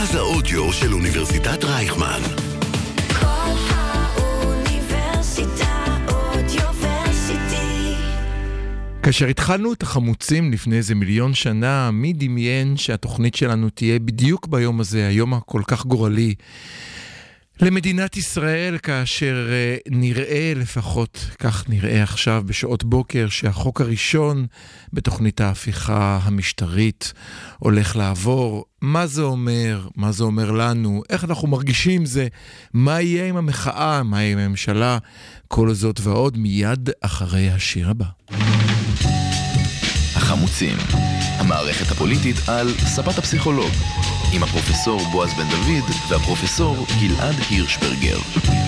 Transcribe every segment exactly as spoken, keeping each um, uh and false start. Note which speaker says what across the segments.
Speaker 1: מרכז האודיו של אוניברסיטת רייכמן.
Speaker 2: כל האוניברסיטה אודיוורסיטי.
Speaker 3: כאשר התחלנו את החמוצים לפני איזה מיליון שנה, מי דמיין שהתוכנית שלנו תהיה בדיוק ביום הזה, היום הכל כך גורלי, למדינת ישראל, כאשר נראה לפחות, כך נראה עכשיו בשעות בוקר, שהחוק הראשון בתוכנית ההפיכה המשטרית הולך לעבור. מה זה אומר? מה זה אומר לנו? איך אנחנו מרגישים זה? מה יהיה עם המחאה? מה יהיה עם הממשלה? כל זאת ועוד מיד אחרי השיר הבא.
Speaker 4: החמוצים, המערכת הפוליטית על ספת הפסיכולוג, עם הפרופסור בועז בן דוד והפרופסור גלעד הירשברגר.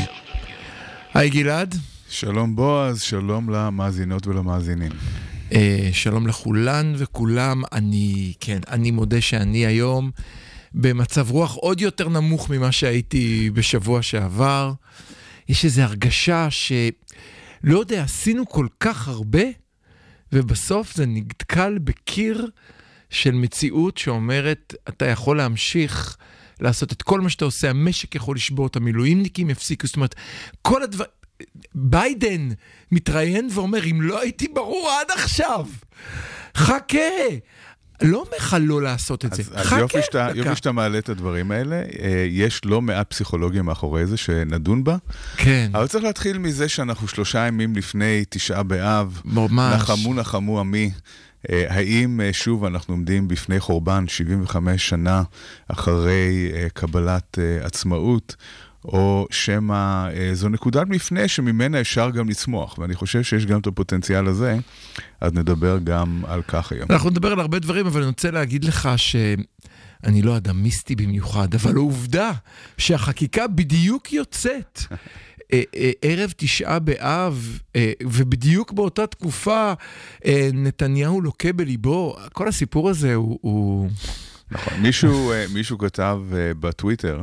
Speaker 3: היי גלעד.
Speaker 5: שלום בועז, שלום למאזינות ולמאזינים.
Speaker 3: אה, שלום לכולן וכולם. אני, כן, אני מודה שאני היום במצב רוח עוד יותר נמוך ממה שהייתי בשבוע שעבר. יש איזו הרגשה שלא יודע, עשינו כל כך הרבה, ובסוף זה נתקל בקיר של מציאות שאומרת, אתה יכול להמשיך לעשות את כל מה שאתה עושה, המשק יכול לשבות, המילואימניקים יפסיקו, זאת אומרת, כל הדבר... ביידן מתראיין ואומר, אם לא הייתי ברור עד עכשיו, חכה, לא אומר לך לא לעשות את זה,
Speaker 5: אז
Speaker 3: חכה.
Speaker 5: יופי שאתה, יופי שאתה מעלה את הדברים האלה, יש לא מעט פסיכולוגיה מאחורי זה שנדון בה,
Speaker 3: כן.
Speaker 5: אבל צריך להתחיל מזה שאנחנו שלושה ימים לפני תשעה באב,
Speaker 3: ממש.
Speaker 5: נחמו נחמו עמי, האם שוב אנחנו עומדים בפני חורבן שבעים וחמש שנה אחרי קבלת עצמאות, או שמה זו נקודת מפנה שממנה אפשר גם לצמוח, ואני חושב שיש גם את הפוטנציאל הזה, אז נדבר גם על כך היום.
Speaker 3: אנחנו נדבר על הרבה דברים, אבל אני רוצה להגיד לך שאני לא אדם מיסטי במיוחד, אבל העובדה שהחקיקה בדיוק יוצאת, ערב תשעה באב, ובדיוק באותה תקופה נתניהו לוקה בליבו, כל הסיפור הזה הוא...
Speaker 5: נכון, מישהו, מישהו כתב בטוויטר,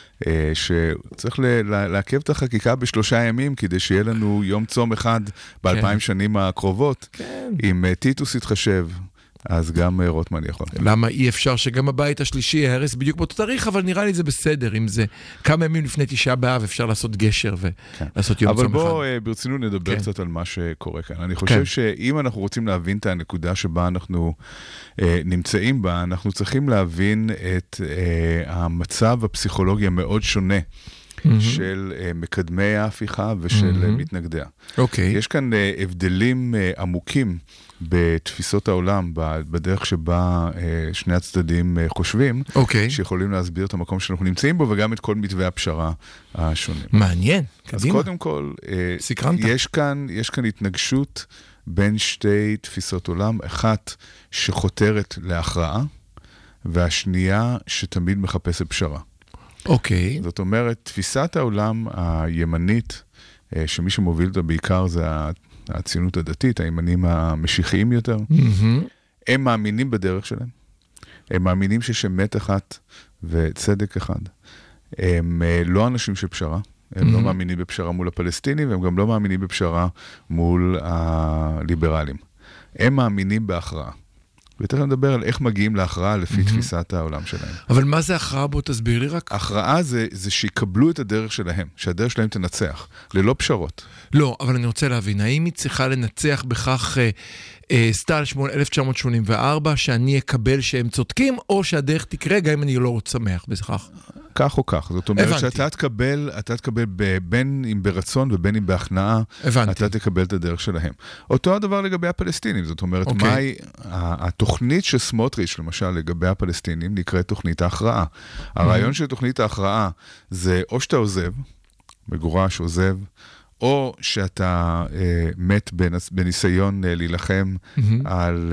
Speaker 5: שצריך לעכב את החקיקה בשלושה ימים, כדי שיהיה לנו יום צום אחד באלפיים שנים הקרובות, אם טיטוס יתחשב. אז גם רוטמן יכול.
Speaker 3: למה אי אפשר שגם הבית השלישי יהרס בדיוק באותו תאריך, אבל נראה לי זה בסדר, אם זה כמה ימים לפני תשעה באב אפשר לעשות גשר ולעשות יום צום אחד.
Speaker 5: אבל בואו ברצינות נדבר קצת על מה שקורה כאן. אני חושב שאם אנחנו רוצים להבין את הנקודה שבה אנחנו נמצאים בה, אנחנו צריכים להבין את המצב הפסיכולוגי המאוד שונה של מקדמי ההפיכה ושל מתנגדיה. יש כאן הבדלים עמוקים בתפיסות העולם, בדרך שבה שני הצדדים חושבים, שיכולים להסביר את המקום שאנחנו נמצאים בו, וגם את כל מתווה הפשרה השונים.
Speaker 3: מעניין, קדימה.
Speaker 5: אז קודם כל, יש כאן, יש כאן התנגשות בין שתי תפיסות עולם, אחת שחותרת להכרעה, והשנייה שתמיד מחפשת פשרה.
Speaker 3: אוקיי.
Speaker 5: זאת אומרת, תפיסת העולם הימנית, שמי שמוביל אותה בעיקר זה הציונות הדתית, הימנים המשיחיים יותר, הם מאמינים בדרך שלהם. הם מאמינים שיש אמת אחת וצדק אחד. הם לא אנשים של פשרה, הם לא מאמינים בפשרה מול הפלסטינים, והם גם לא מאמינים בפשרה מול הליברלים. הם מאמינים בהכרעה. ותכף נדבר על איך מגיעים להכרעה לפי תפיסת העולם שלהם.
Speaker 3: אבל מה זה הכרעה? בוא תסביר לי רק.
Speaker 5: הכרעה זה, זה שיקבלו את הדרך שלהם, שהדרך שלהם תנצח, ללא פשרות.
Speaker 3: לא, אבל אני רוצה להבין, האם היא צריכה לנצח בכך אה, אה, סטל אלף תשע מאות שמונים וארבע, שאני אקבל שהם צודקים, או שהדרך תקרה גם אם אני לא רוצה שמח בכך?
Speaker 5: כך או כך. זאת אומרת שאתה תקבל, אתה תקבל בין אם ברצון ובין אם בהכנעה, אתה תקבל את הדרך שלהם. אותו הדבר לגבי הפלסטינים, זאת אומרת, okay. מהי, התוכנית של סמוטריץ' למשל לגבי הפלסטינים נקראת תוכנית ההכרעה. הרעיון של תוכנית ההכרעה זה או שאתה עוזב, מגורש עוזב, או שאתה אה, מת בנס, בניסיון אה, להילחם mm-hmm. על,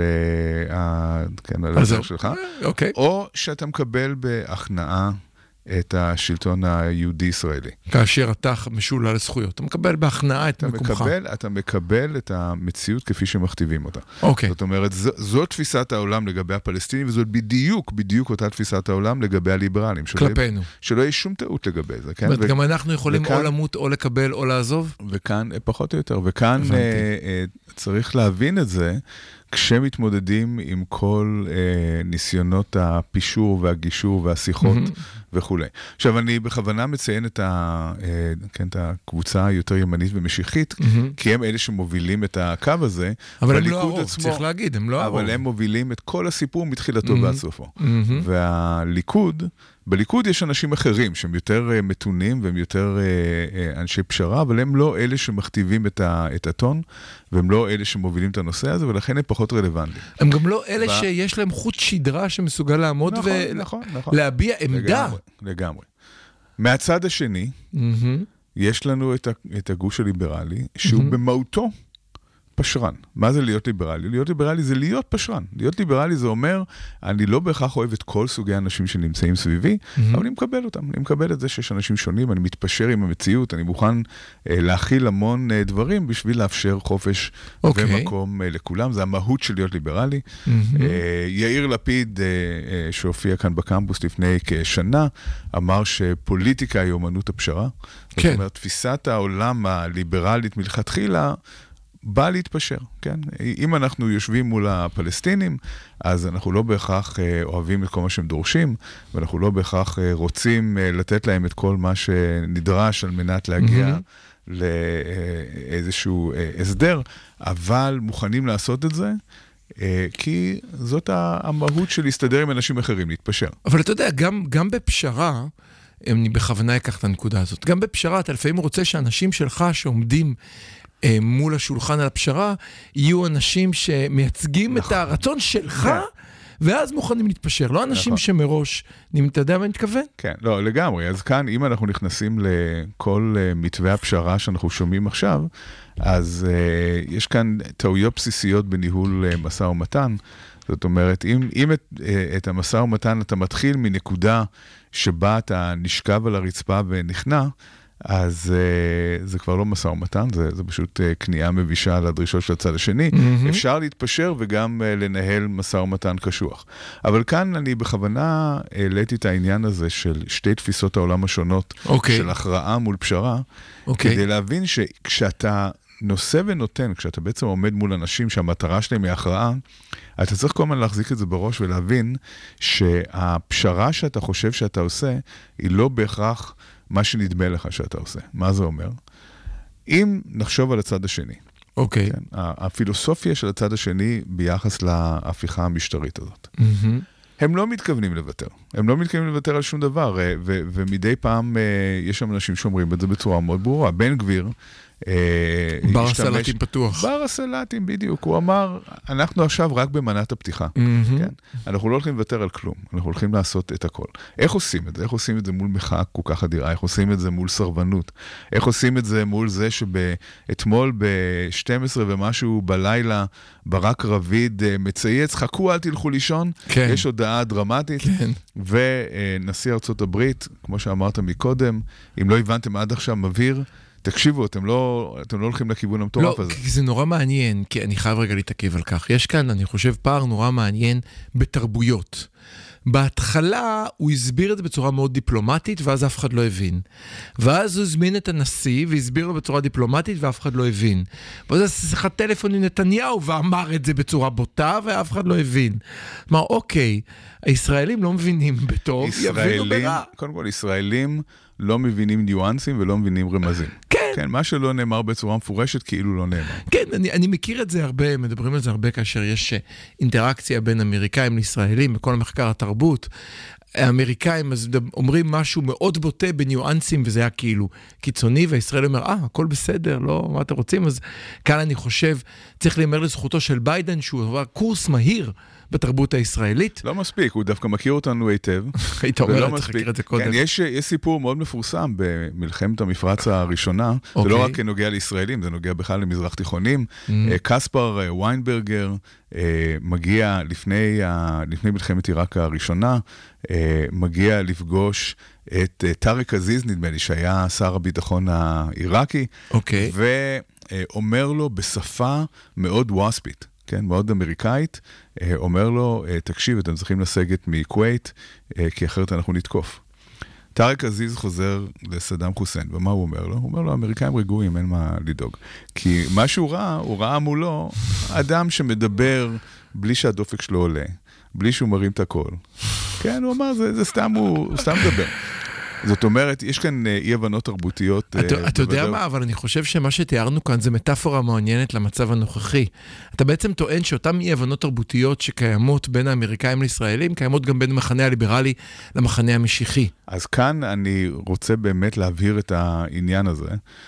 Speaker 5: אה, כן, על הדרך שלך,
Speaker 3: okay.
Speaker 5: או שאתה מקבל בהכנעה את השלטון היהודי-ישראלי.
Speaker 3: כאשר אתה משולל לזכויות, אתה מקבל בהכנעה את מקומך.
Speaker 5: מקבל, אתה מקבל את המציאות כפי שמכתיבים אותה.
Speaker 3: אוקיי.
Speaker 5: זאת אומרת, זו, זו תפיסת העולם לגבי הפלסטינים, וזאת בדיוק, בדיוק אותה תפיסת העולם לגבי הליברלים.
Speaker 3: כלפינו.
Speaker 5: שלא, שלא יהיה שום טעות לגבי זה. כן?
Speaker 3: וגם אנחנו יכולים וכאן, או למות, או לקבל, או לעזוב?
Speaker 5: וכאן, פחות או יותר, וכאן אה, אה, צריך להבין את זה, כשמתמודדים עם כל אה, ניסיונות הפישור והגישור והשיחות mm-hmm. וכו'. עכשיו, אני בכוונה מציין את, ה, אה, כן, את הקבוצה היותר ימנית ומשיחית, mm-hmm. כי הם אלה שמובילים את הקו הזה.
Speaker 3: אבל הם לא הרוב, עצמו, צריך להגיד, הם לא הרוב.
Speaker 5: אבל הם מובילים את כל הסיפור מתחילתו mm-hmm. ועד סופו. Mm-hmm. והליכוד, בליכוד יש אנשים אחרים שהם יותר uh, מתונים והם יותר uh, uh, אנשי פשרה, אבל הם לא אלה שמכתיבים את, ה, את הטון, והם לא אלה שמובילים את הנושא הזה, ולכן הם פחות רלוונטיים.
Speaker 3: הם גם לא אלה ו... שיש להם חוט שדרה שמסוגל לעמוד
Speaker 5: נכון, ו... נכון, נכון.
Speaker 3: להביע עמדה.
Speaker 5: לגמרי, לגמרי. מהצד השני, mm-hmm. יש לנו את, ה, את הגוש הליברלי, שהוא mm-hmm. במהותו פשרן. מה זה להיות ליברלי? להיות ליברלי זה להיות פשרן. להיות ליברלי זה אומר, אני לא בהכרח אוהב את כל סוגי האנשים שנמצאים סביבי, mm-hmm. אבל אני מקבל אותם. אני מקבל את זה שיש אנשים שונים, אני מתפשר עם המציאות, אני מוכן אה, להכיל המון אה, דברים בשביל לאפשר חופש okay. ומקום אה, לכולם. זה המהות של להיות ליברלי. Mm-hmm. אה, יאיר לפיד, אה, אה, שהופיע כאן בקמפוס לפני כשנה, אמר שפוליטיקה היא אומנות הפשרה. כן. זאת אומרת, תפיסת העולם הליברלית מלכתחילה, בא להתפשר, כן? אם אנחנו יושבים מול הפלסטינים, אז אנחנו לא בהכרח אוהבים את כל מה שהם דורשים, ואנחנו לא בהכרח רוצים לתת להם את כל מה שנדרש על מנת להגיע mm-hmm. לאיזשהו הסדר, אבל מוכנים לעשות את זה, כי זאת המהות של להסתדר עם אנשים אחרים, להתפשר.
Speaker 3: אבל אתה יודע, גם, גם בפשרה, אני בכוונה אקח את הנקודה הזאת, גם בפשרה, אתה לפעמים רוצה שאנשים שלך שעומדים מול השולחן על הפשרה, יהיו אנשים שמייצגים נכון. את הרצון שלך, כן. ואז מוכנים להתפשר. לא אנשים נכון. שמראש, אתה יודע מה אני מתכוון?
Speaker 5: כן, לא, לגמרי. אז כאן, אם אנחנו נכנסים לכל מתווה הפשרה שאנחנו שומעים עכשיו, אז uh, יש כאן טעויות בסיסיות בניהול uh, מסע ומתן. זאת אומרת, אם, אם את, uh, את המסע ומתן אתה מתחיל מנקודה שבה אתה נשכב על הרצפה ונכנע, אז uh, זה כבר לא מסע ומתן, זה, זה פשוט uh, כניעה מבישה לדרישות של הצד השני. Mm-hmm. אפשר להתפשר וגם uh, לנהל מסע ומתן קשוח. אבל כאן אני בכוונה העליתי את העניין הזה של שתי תפיסות העולם השונות, okay. של הכרעה מול פשרה, okay. כדי להבין שכשאתה נושא ונותן, כשאתה בעצם עומד מול אנשים שהמטרה שלהם היא הכרעה, אתה צריך כל הזמן להחזיק את זה בראש ולהבין שהפשרה שאתה חושב שאתה עושה, היא לא בהכרח מה שנדמה לך שאתה עושה. מה זה אומר? אם נחשוב על הצד השני,
Speaker 3: אוקיי.
Speaker 5: כן, הפילוסופיה של הצד השני ביחס להפיכה המשטרית הזאת.
Speaker 3: Mm-hmm.
Speaker 5: הם לא מתכוונים לוותר. הם לא מתכוונים לוותר על שום דבר, ו- ומדי פעם יש שם אנשים שאומרים את זה בצורה מאוד ברורה. בן גביר,
Speaker 3: בר הסלטים פתוח.
Speaker 5: בר הסלטים, בדיוק. הוא אמר, אנחנו עכשיו רק במנת הפתיחה. Mm-hmm. כן? אנחנו לא הולכים לוותר על כלום. אנחנו הולכים לעשות את הכל. איך עושים את זה? איך עושים את זה מול מחאה כל כך אדירה? איך עושים את זה מול סרבנות? איך עושים את זה מול זה שאתמול ב-שתים עשרה ומשהו בלילה, ברק רביד מצייץ, חכו אל תלכו לישון. כן. יש הודעה דרמטית. כן. ונשיא ארצות הברית, כמו שאמרת מקודם, אם לא הבנתם עד עכשיו, מבהיר, תקשיבו, אתם לא, אתם לא הולכים לכיוון המטורף
Speaker 3: לא,
Speaker 5: הזה.
Speaker 3: כי זה נורא מעניין, כי אני חייב רגע להתעכב על כך. יש כאן, אני חושב, פער נורא מעניין בתרבויות. בהתחלה הוא הסביר את זה בצורה מאוד דיפלומטית, ואז אף אחד לא הבין. ואז הוא הזמין את הנשיא, והסביר לו בצורה דיפלומטית, ואף אחד לא הבין. ואז עשה שיחת טלפון עם נתניהו, ואמר את זה בצורה בוטה, ואף אחד לא הבין. אמר, אוקיי, הישראלים לא מבינים בטוב, יבינו ברע.
Speaker 5: קודם כל, ישראלים לא מבינים ניואנסים ולא מבינים רמזים.
Speaker 3: כן.
Speaker 5: כן, מה שלא נאמר בצורה מפורשת, כאילו לא נאמר.
Speaker 3: כן, אני, אני מכיר את זה הרבה, מדברים על זה הרבה כאשר יש אינטראקציה בין אמריקאים לישראלים, בכל המחקר התרבות. האמריקאים אז אומרים משהו מאוד בוטה בניואנסים, וזה היה כאילו קיצוני, והישראל אומר, אה, הכל בסדר, לא, מה אתם רוצים? אז כאן אני חושב, צריך להיאמר לזכותו של ביידן, שהוא עבר קורס מהיר, בתרבות הישראלית.
Speaker 5: לא מספיק, הוא דווקא מכיר אותנו היטב.
Speaker 3: היית אומר, צריך להכיר את זה קודם.
Speaker 5: כן, יש, יש סיפור מאוד מפורסם במלחמת המפרץ הראשונה, okay. זה לא רק נוגע לישראלים, זה נוגע בכלל למזרח תיכונים. Mm-hmm. קספר ויינברגר מגיע לפני, לפני מלחמת עיראק הראשונה, מגיע לפגוש את טארק עזיז, נדמה לי, שהיה שר הביטחון העיראקי,
Speaker 3: okay.
Speaker 5: ואומר לו בשפה מאוד ווספית, כן, מאוד אמריקאית, אומר לו, תקשיב, אתם צריכים לסגת מכווית, כי אחרת אנחנו נתקוף. טארק עזיז חוזר לסדאם חוסיין, ומה הוא אומר לו? הוא אומר לו, האמריקאים רגועים, אין מה לדאוג. כי מה שהוא ראה, הוא ראה מולו אדם שמדבר בלי שהדופק שלו עולה, בלי שהוא מרים את הכל. כן, הוא אמר, זה, זה סתם, הוא, הוא סתם מדבר. זאת אומרת, יש כאן אי הבנות תרבותיות.
Speaker 3: אתה יודע מה, אבל אני חושב שמה שתיארנו כאן זה מטאפורה מעניינת למצב הנוכחי. אתה בעצם טוען שאותן אי הבנות תרבותיות שקיימות בין האמריקאים לישראלים, קיימות גם בין המחנה הליברלי למחנה המשיחי.
Speaker 5: אז כאן אני רוצה באמת להבהיר את העניין הזה,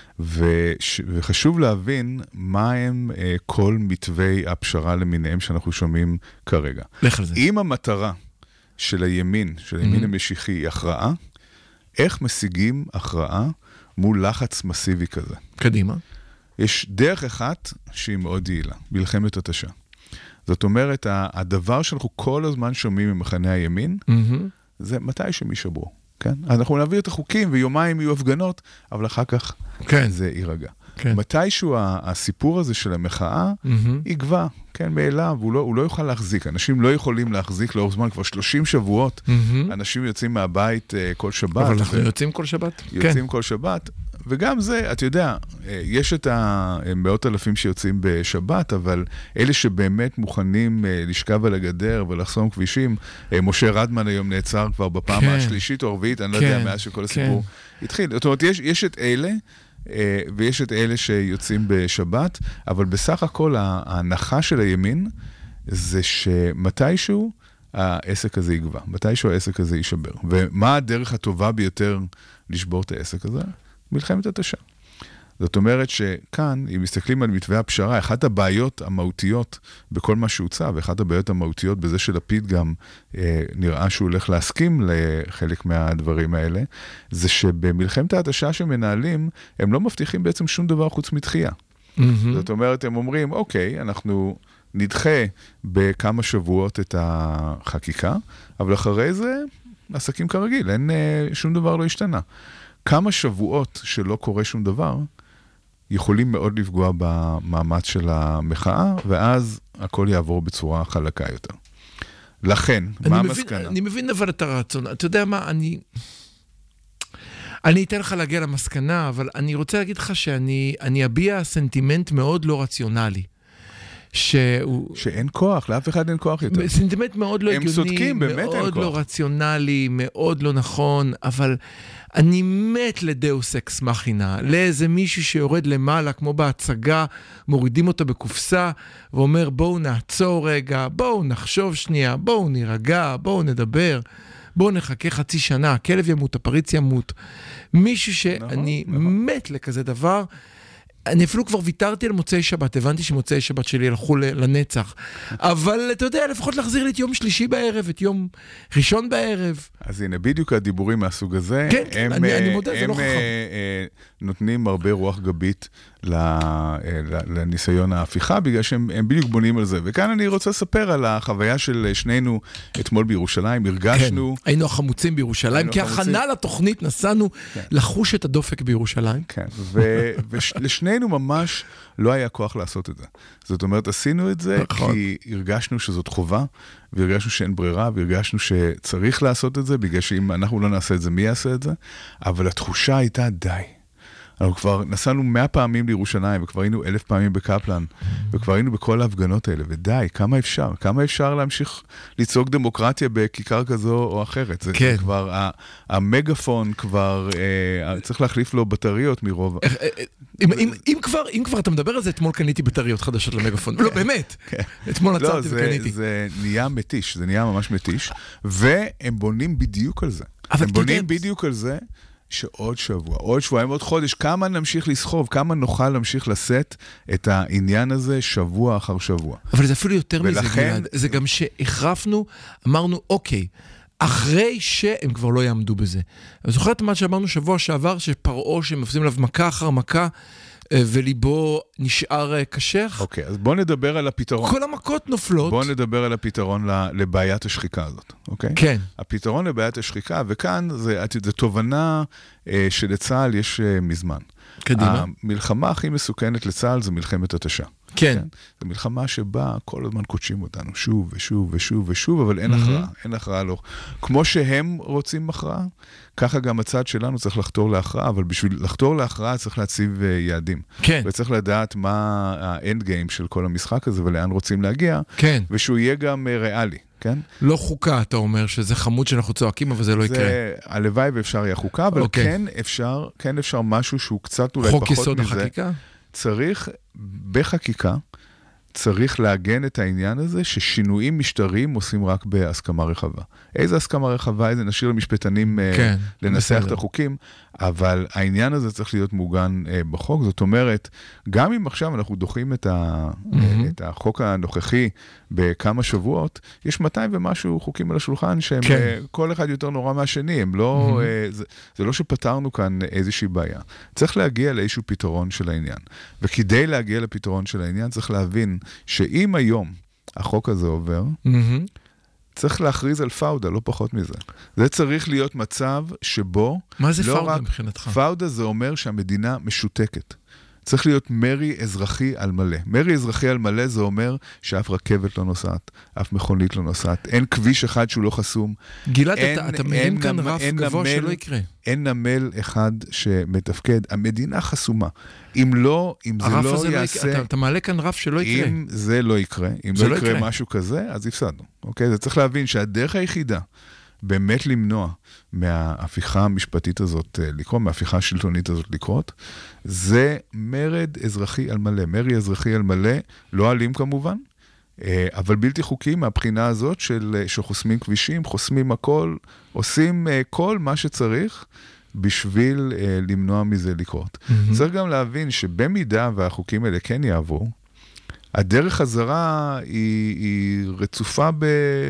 Speaker 5: וחשוב להבין מה הם כל מתווי הפשרה למיניהם שאנחנו שומעים כרגע.
Speaker 3: לך על זה.
Speaker 5: אם המטרה של הימין, של הימין המשיחי, היא הכרעה, איך משיגים הכרעה מול לחץ מסיבי כזה?
Speaker 3: קדימה.
Speaker 5: יש דרך אחת שהיא מאוד יעילה, מלחמת התשה. זאת אומרת, הדבר שאנחנו כל הזמן שומעים ממחנה הימין, זה מתי שהם יישברו. כן? אנחנו נעביר את החוקים ויומיים יהיו הפגנות, אבל אחר כך
Speaker 3: כן.
Speaker 5: זה יירגע.
Speaker 3: כן.
Speaker 5: מתישהו הסיפור הזה של המחאה יגבה, כן, מאליו, הוא לא, הוא לא יוכל להחזיק. אנשים לא יכולים להחזיק לאורך זמן, כבר שלושים שבועות, אנשים יוצאים מהבית כל שבת.
Speaker 3: אבל אנחנו יוצאים כל שבת.
Speaker 5: יוצאים כל שבת, וגם זה, אתה יודע, יש את המאות אלפים שיוצאים בשבת, אבל אלה שבאמת מוכנים לשכב על הגדר ולחסום כבישים, משה רדמן היום נעצר כבר בפעם השלישית או הרביעית, אני לא יודע, מאז שכל הסיפור התחיל. זאת אומרת, יש, יש את אלה, ויש את אלה שיוצאים בשבת, אבל בסך הכל ההנחה של הימין זה שמתישהו העסק הזה יגבה, מתישהו העסק הזה יישבר. ומה הדרך הטובה ביותר לשבור את העסק הזה? מלחמת התשה. זאת אומרת שכאן, אם מסתכלים על מתווה הפשרה, אחת הבעיות המהותיות בכל מה שהוצא, ואחת הבעיות המהותיות בזה שלפיד גם אה, נראה שהוא הולך להסכים לחלק מהדברים האלה, זה שבמלחמת התשה שמנהלים, הם לא מבטיחים בעצם שום דבר חוץ מתחייה. Mm-hmm. זאת אומרת, הם אומרים, אוקיי, אנחנו נדחה בכמה שבועות את החקיקה, אבל אחרי זה, עסקים כרגיל, אין, אה, שום דבר לא השתנה. כמה שבועות שלא קורה שום דבר, יכולים מאוד לפגוע במאמץ של המחאה, ואז הכל יעבור בצורה חלקה יותר. לכן, מה המסקנה?
Speaker 3: אני מבין אבל את הרצון. אתה יודע מה, אני... אני אתן לך להגיע למסקנה, אבל אני רוצה להגיד לך שאני אני אביע סנטימנט מאוד לא רציונלי. שהוא...
Speaker 5: שאין כוח, לאף אחד אין כוח יותר.
Speaker 3: סנטימנט מאוד לא הגיוני,
Speaker 5: צודקים, באמת אין כוח.
Speaker 3: מאוד לא רציונלי, מאוד לא נכון, אבל אני מת לדאוס אקס מכינה, לאיזה מישהו שיורד למעלה, כמו בהצגה, מורידים אותו בקופסה, ואומר בואו נעצור רגע, בואו נחשוב שנייה, בואו נירגע, בואו נדבר, בואו נחכה חצי שנה, הכלב ימות, הפריץ ימות. מישהו שאני מת לכזה דבר, אני אפילו כבר ויתרתי על מוצאי שבת, הבנתי שמוצאי שבת שלי הלכו לנצח, אבל אתה יודע, לפחות להחזיר לי את יום שלישי בערב, את יום ראשון בערב.
Speaker 5: אז הנה, בדיוק הדיבורים מהסוג הזה,
Speaker 3: כן, כן, אני, אני מודה, זה לא חכם.
Speaker 5: הם נותנים הרבה רוח גבית לניסיון ההפיכה, בגלל שהם בדיוק בונים על זה. וכאן אני רוצה לספר על החוויה של שנינו אתמול בירושלים, הרגשנו...
Speaker 3: כן, היינו החמוצים בירושלים, כי הכנה לתוכנית נסענו לחוש את הדופק בירושלים.
Speaker 5: כן, ולשנינו ממש לא היה כוח לעשות את זה. זאת אומרת, עשינו את זה כי הרגשנו שזאת חובה, והרגשנו שאין ברירה, והרגשנו שצריך לעשות את זה, בגלל שאם אנחנו לא נעשה את זה, מי יעשה את זה? אבל התחושה הייתה די. אנחנו כבר נסענו מאה פעמים לירושלים, וכבר היינו אלף פעמים בקפלן, וכבר היינו בכל ההפגנות האלה, ודי, כמה אפשר? כמה אפשר להמשיך לצעוק דמוקרטיה בכיכר כזו או אחרת? זה
Speaker 3: כן.
Speaker 5: כבר, המגפון כבר, אה, צריך להחליף לו בטריות מרוב...
Speaker 3: אם, אם, אם, כבר, אם כבר אתה מדבר על זה, אתמול קניתי בטריות חדשות למגפון. לא, באמת. אתמול עצרתי וקניתי.
Speaker 5: זה נהיה מתיש, זה נהיה ממש מתיש, והם בונים בדיוק על זה. הם בונים בדיוק על זה, שעוד שבוע, עוד שבועיים, עוד חודש, כמה נמשיך לסחוב, כמה נוכל להמשיך לשאת את העניין הזה שבוע אחר שבוע.
Speaker 3: אבל זה אפילו יותר מזה, גלעד. זה גם שהחרפנו, אמרנו, אוקיי, אחרי שהם כבר לא יעמדו בזה. אני זוכר את מה שאמרנו שבוע שעבר, שפרעו שהם מפסים עליו מכה אחר מכה, וליבו נשאר קשח.
Speaker 5: אוקיי, אז בואו נדבר על הפתרון.
Speaker 3: כל המכות נופלות.
Speaker 5: בואו נדבר על הפתרון לבעיית השחיקה הזאת, אוקיי?
Speaker 3: כן.
Speaker 5: הפתרון לבעיית השחיקה, וכאן זה, זה תובנה שלצה"ל יש מזמן.
Speaker 3: קדימה.
Speaker 5: המלחמה הכי מסוכנת לצה"ל זה מלחמת התשה.
Speaker 3: כן.
Speaker 5: זו מלחמה שבה כל הזמן קודשים אותנו שוב ושוב ושוב ושוב, אבל אין הכרעה, אין הכרעה לא. כמו שהם רוצים הכרעה, ככה גם הצד שלנו צריך לחתור להכרעה, אבל בשביל לחתור להכרעה צריך להציב יעדים.
Speaker 3: כן.
Speaker 5: וצריך לדעת מה האנד גיים של כל המשחק הזה, ולאן רוצים להגיע,
Speaker 3: כן.
Speaker 5: ושהוא יהיה גם ריאלי. כן?
Speaker 3: לא חוקה, אתה אומר, שזה חמוד שאנחנו צועקים, אבל זה לא יקרה.
Speaker 5: זה הלוואי ואפשר יהיה חוקה, אבל
Speaker 3: אוקיי.
Speaker 5: כן אפשר, כן אפשר משהו שהוא קצת אולי פחות מזה.
Speaker 3: חוק יסוד החקיקה?
Speaker 5: צריך, בחקיקה, צריך לעגן את העניין הזה ששינויים משטריים עושים רק בהסכמה רחבה. איזה הסכמה רחבה, איזה נשאיר למשפטנים כן, לנסח בסדר. את החוקים, אבל העניין הזה צריך להיות מוגן בחוק. זאת אומרת, גם אם עכשיו אנחנו דוחים את, ה, mm-hmm. את החוק הנוכחי בכמה שבועות, יש מאתיים ומשהו חוקים על השולחן שהם כן. כל אחד יותר נורא מהשני. הם לא, mm-hmm. זה, זה לא שפתרנו כאן איזושהי בעיה. צריך להגיע לאיזשהו פתרון של העניין. וכדי להגיע לפתרון של העניין צריך להבין שאם היום החוק הזה עובר, mm-hmm. צריך להכריז על פאודה, לא פחות מזה. זה צריך להיות מצב שבו...
Speaker 3: מה זה
Speaker 5: לא
Speaker 3: פאודה מבחינתך?
Speaker 5: פאודה זה אומר שהמדינה משותקת. צריך להיות מרי אזרחי על מלא. מרי אזרחי על מלא זה אומר שאף רכבת לא נוסעת, אף מכונית לא נוסעת. אין כביש אחד שהוא לא חסום.
Speaker 3: גלעד, אתה, אתה מרים כאן רף גבוה נמל, שלא יקרה.
Speaker 5: אין נמל אחד שמתפקד. המדינה חסומה. אם לא, אם זה לא יעשה...
Speaker 3: לא אתה, אתה מעלה כאן רף שלא יקרה.
Speaker 5: אם זה לא יקרה, אם לא, לא יקרה, יקרה משהו כזה, אז הפסדנו. אוקיי? זה צריך להבין שהדרך היחידה באמת למנוע מההפיכה המשפטית הזאת לקרות, מההפיכה השלטונית הזאת לקרות, זה מרד אזרחי על מלא. מרי אזרחי על מלא, לא אלים כמובן, אבל בלתי חוקי מהבחינה הזאת של שחוסמים כבישים, חוסמים הכל, עושים כל מה שצריך בשביל למנוע מזה לקרות. Mm-hmm. צריך גם להבין שבמידה והחוקים האלה כן יעברו, הדרך חזרה היא, היא רצופה ב,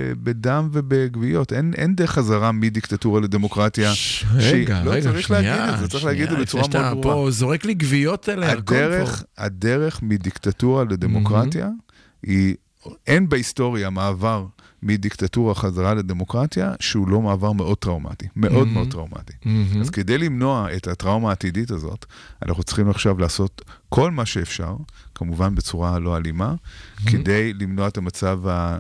Speaker 5: בדם ובגוויות. אין, אין דרך חזרה מדיקטטורה לדמוקרטיה.
Speaker 3: ש... רגע,
Speaker 5: לא,
Speaker 3: רגע,
Speaker 5: צריך
Speaker 3: שנייה.
Speaker 5: להגיד את זה, צריך להגיד את זה בצורה מאוד ברורה.
Speaker 3: פה זורק לי גוויות אלה.
Speaker 5: הדרך, הדרך מדיקטטורה לדמוקרטיה, mm-hmm. היא, אין בהיסטוריה מעבר מדיקטטורה חזרה לדמוקרטיה, שהוא לא מעבר מאוד טראומטי. מאוד mm-hmm. מאוד טראומטי. Mm-hmm. אז כדי למנוע את הטראומה העתידית הזאת, אנחנו צריכים עכשיו לעשות כל מה שאפשר, כמובן בצורה לא אלימה, mm-hmm. כדי למנוע את המצב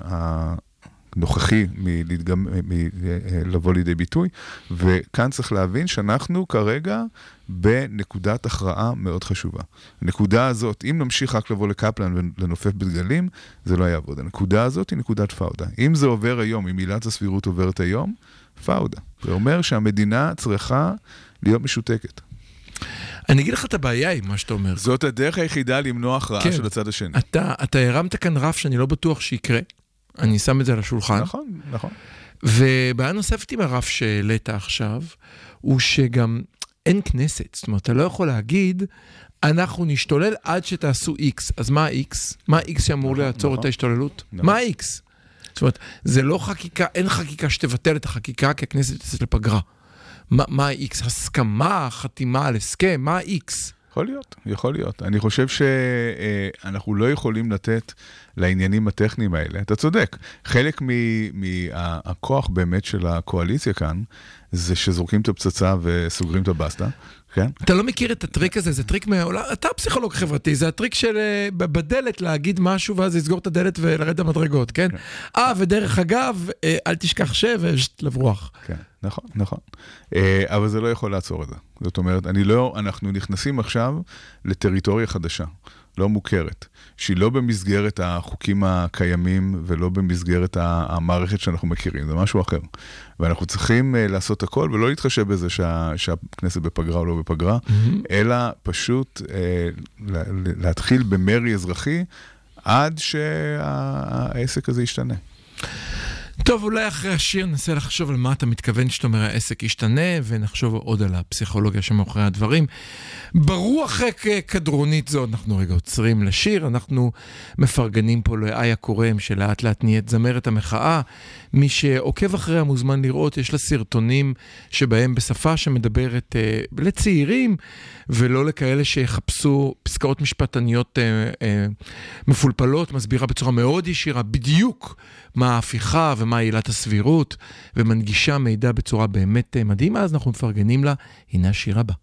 Speaker 5: הנוכחי מלהתגמ... מלבוא לידי ביטוי, וכאן צריך להבין שאנחנו כרגע בנקודת הכרעה מאוד חשובה. הנקודה הזאת, אם נמשיך רק לבוא לקפלן ולנופף בדגלים, זה לא יעבוד. הנקודה הזאת היא נקודת פאודה. אם זה עובר היום, אם עילת הסבירות עוברת היום, פאודה. זה אומר שהמדינה צריכה להיות משותקת.
Speaker 3: אני אגיד לך את הבעיה עם מה שאתה אומר.
Speaker 5: זאת הדרך היחידה למנוע הכרעה כן. של הצד השני.
Speaker 3: אתה, אתה הרמת כאן רף שאני לא בטוח שיקרה. אני שם את זה על השולחן.
Speaker 5: נכון, נכון.
Speaker 3: ובעיה נוספת עם הרף שהעלית עכשיו, הוא שגם אין כנסת. זאת אומרת, אתה לא יכול להגיד, אנחנו נשתולל עד שתעשו X. אז מה ה-X? מה ה-X שאמור נכון, לעצור נכון. את ההשתוללות? נכון. מה ה-X? זאת אומרת, זה לא חקיקה, אין חקיקה שתבטל את החקיקה, כי הכנסת יוצאת לפגרה. מה, מה ה-X? הסכמה, חתימה על הסכם, מה ה-X?
Speaker 5: יכול להיות, יכול להיות. אני חושב שאנחנו לא יכולים לתת לעניינים הטכניים האלה. אתה צודק. חלק מהכוח באמת של הקואליציה כאן, זה שזורקים את הפצצה וסוגרים את הבסטה. כן?
Speaker 3: אתה לא מכיר את הטריק הזה, זה טריק מהעולם, אתה פסיכולוג חברתי, זה הטריק של בדלת להגיד משהו ואז לסגור את הדלת ולרד המדרגות, כן? אה, ודרך אגב, אל תשכח שבש, לברוח.
Speaker 5: כן, נכון, נכון. אבל זה לא יכול לעצור את זה. זאת אומרת, אני לא, אנחנו נכנסים עכשיו לטריטוריה חדשה, לא מוכרת, שהיא לא במסגרת החוקים הקיימים ולא במסגרת המערכת שאנחנו מכירים, זה משהו אחר. ואנחנו צריכים לעשות הכל ולא להתחשב בזה שה, שהכנסת בפגרה או לא בפגרה, mm-hmm. אלא פשוט להתחיל במרי אזרחי עד שהעסק הזה ישתנה.
Speaker 3: טוב, אולי אחרי השיר ננסה לחשוב על מה אתה מתכוון שאתה אומר העסק ישתנה, ונחשוב עוד על הפסיכולוגיה שמאחורי הדברים. ברוח כדרונית זו, אנחנו רגע עוצרים לשיר, אנחנו מפרגנים פה לאיה קורם, שלאט לאט נהיית זמרת המחאה. מי שעוקב אחריה מוזמן לראות, יש לה סרטונים שבהם בשפה שמדברת אה, לצעירים, ולא לכאלה שיחפשו פסקאות משפטניות אה, אה, מפולפלות, מסבירה בצורה מאוד ישירה בדיוק מה ההפיכה ומה עילת הסבירות, ומנגישה מידע בצורה באמת מדהימה, אז אנחנו מפרגנים לה. הנה השיר הבא.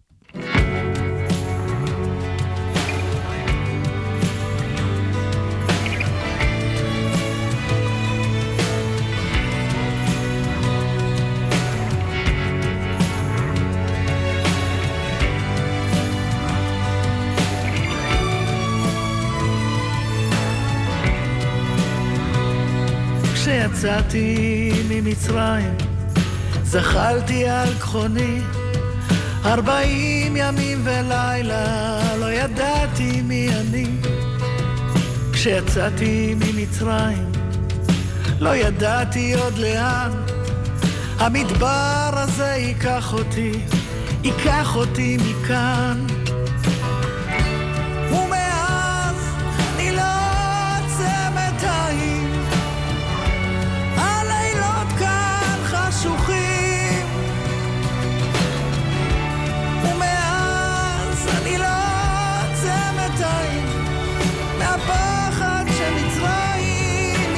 Speaker 6: כשיצאתי ממצרים זחלתי על כחוני ארבעים ימים ולילה לא ידעתי מי אני כשיצאתי ממצרים לא ידעתי עוד לאן המדבר הזה ייקח אותי ייקח אותי מכאן ומאז אני לא עוצם את העין הלילות כאן חשוכים ומאז אני לא עוצם את העין מהפחד שמצרים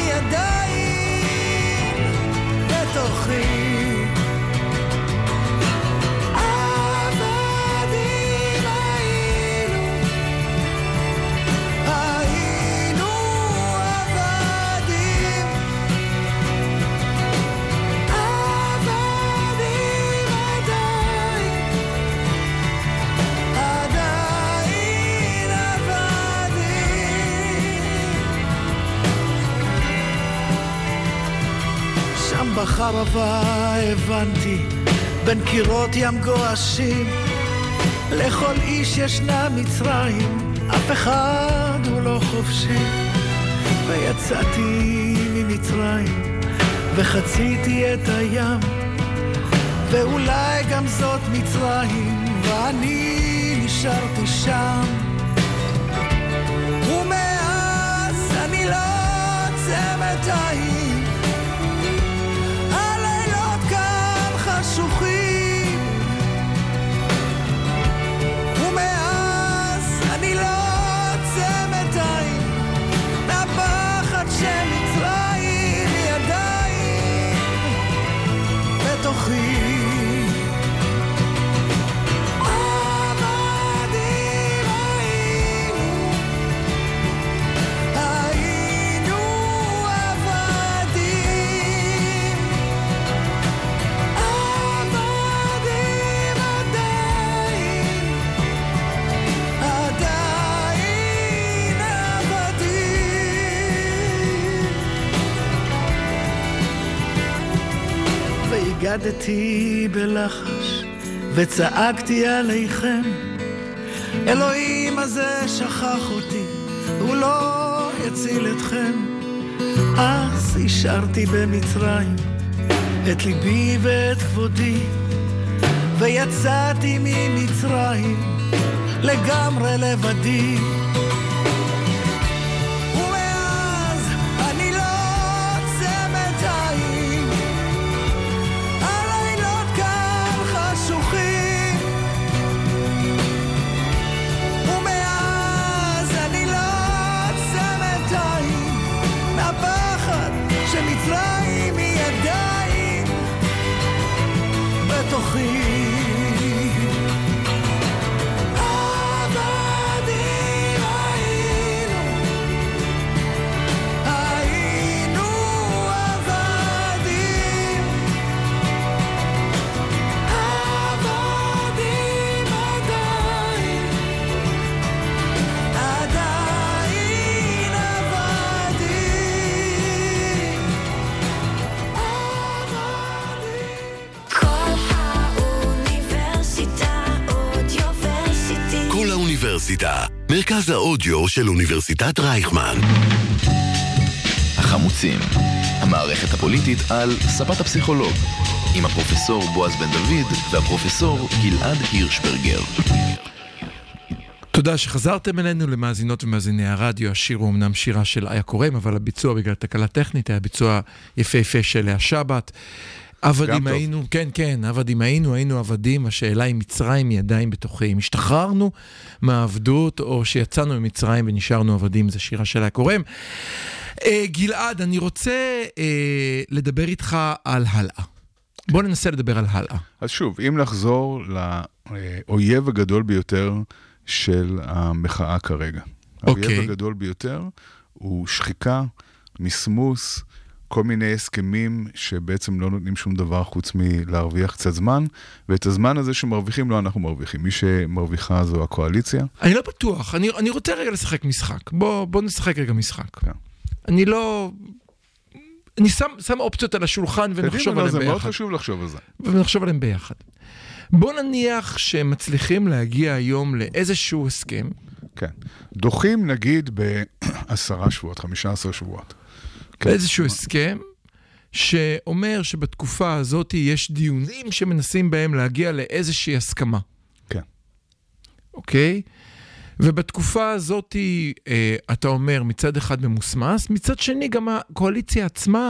Speaker 6: ידיים בתוכי בחרבה הבנתי בין קירות ים גועשים לכל איש ישנה מצרים אף אחד הוא לא חופשי ויצאתי ממצרים וחציתי את הים ואולי גם זאת מצרים ואני נשארתי שם ומאז אני לא עוצם את העין חשוכים ומאז אני לא עוצם את העין מהפחד שמצרים ידיים בתוכי הגדתי בלחש וצעקתי עליכם אלוהים הזה שכח אותי הוא לא יציל אתכם אז השארתי במצרים את ליבי ואת כבודי ויצאתי ממצרים לגמרי לבדי
Speaker 1: מרכז האודיו של אוניברסיטת רייכמן.
Speaker 4: החמוצים, המערכת הפוליטית על ספת הפסיכולוג, עם הפרופסור בועז בן דוד והפרופסור גלעד הירשברגר.
Speaker 3: תודה שחזרתם אלינו למאזינות ומאזיני הרדיו. השיר הוא אמנם שירה של איה קורם, אבל הביצוע בגלל תקלה טכנית היה ביצוע יפהפה של השבת. עבדים היינו, כן, כן, עבדים היינו, היינו עבדים, השאלה היא מצרים ידיים בתוכי, אם השתחררנו מהעבדות או שיצאנו ממצרים ונשארנו עבדים, זה שירה של הקורם. אה, גלעד, אני רוצה אה, לדבר איתך על הלאה. בוא ננסה לדבר על הלאה.
Speaker 5: אז שוב, אם לחזור לאויב הגדול ביותר של המחאה כרגע. האויב okay. הגדול ביותר הוא שחיקה, מסמוס, כל מיני הסכמים שבעצם לא נותנים שום דבר חוץ מלהרוויח קצת זמן, ואת הזמן הזה שמרוויחים לא אנחנו מרוויחים. מי שמרוויחה זו הקואליציה.
Speaker 3: אני לא בטוח, אני, אני רוצה רגע לשחק משחק. בוא, בוא נשחק רגע משחק. כן. אני לא... אני שם, שם אופציות על השולחן ונחשוב עליהם ביחד.
Speaker 5: זה מאוד חשוב לחשוב על זה.
Speaker 3: ונחשוב עליהם ביחד. בוא נניח שמצליחים להגיע היום לאיזשהו הסכם.
Speaker 5: כן. דוחים נגיד בעשרה שבועות, חמישה עשר שבועות.
Speaker 3: באיזשהו הסכם שאומר שבתקופה הזאת יש דיונים שמנסים בהם להגיע לאיזושהי הסכמה.
Speaker 5: כן.
Speaker 3: אוקיי? ובתקופה הזאת אה, אתה אומר מצד אחד ממוסמס, מצד שני גם הקואליציה עצמה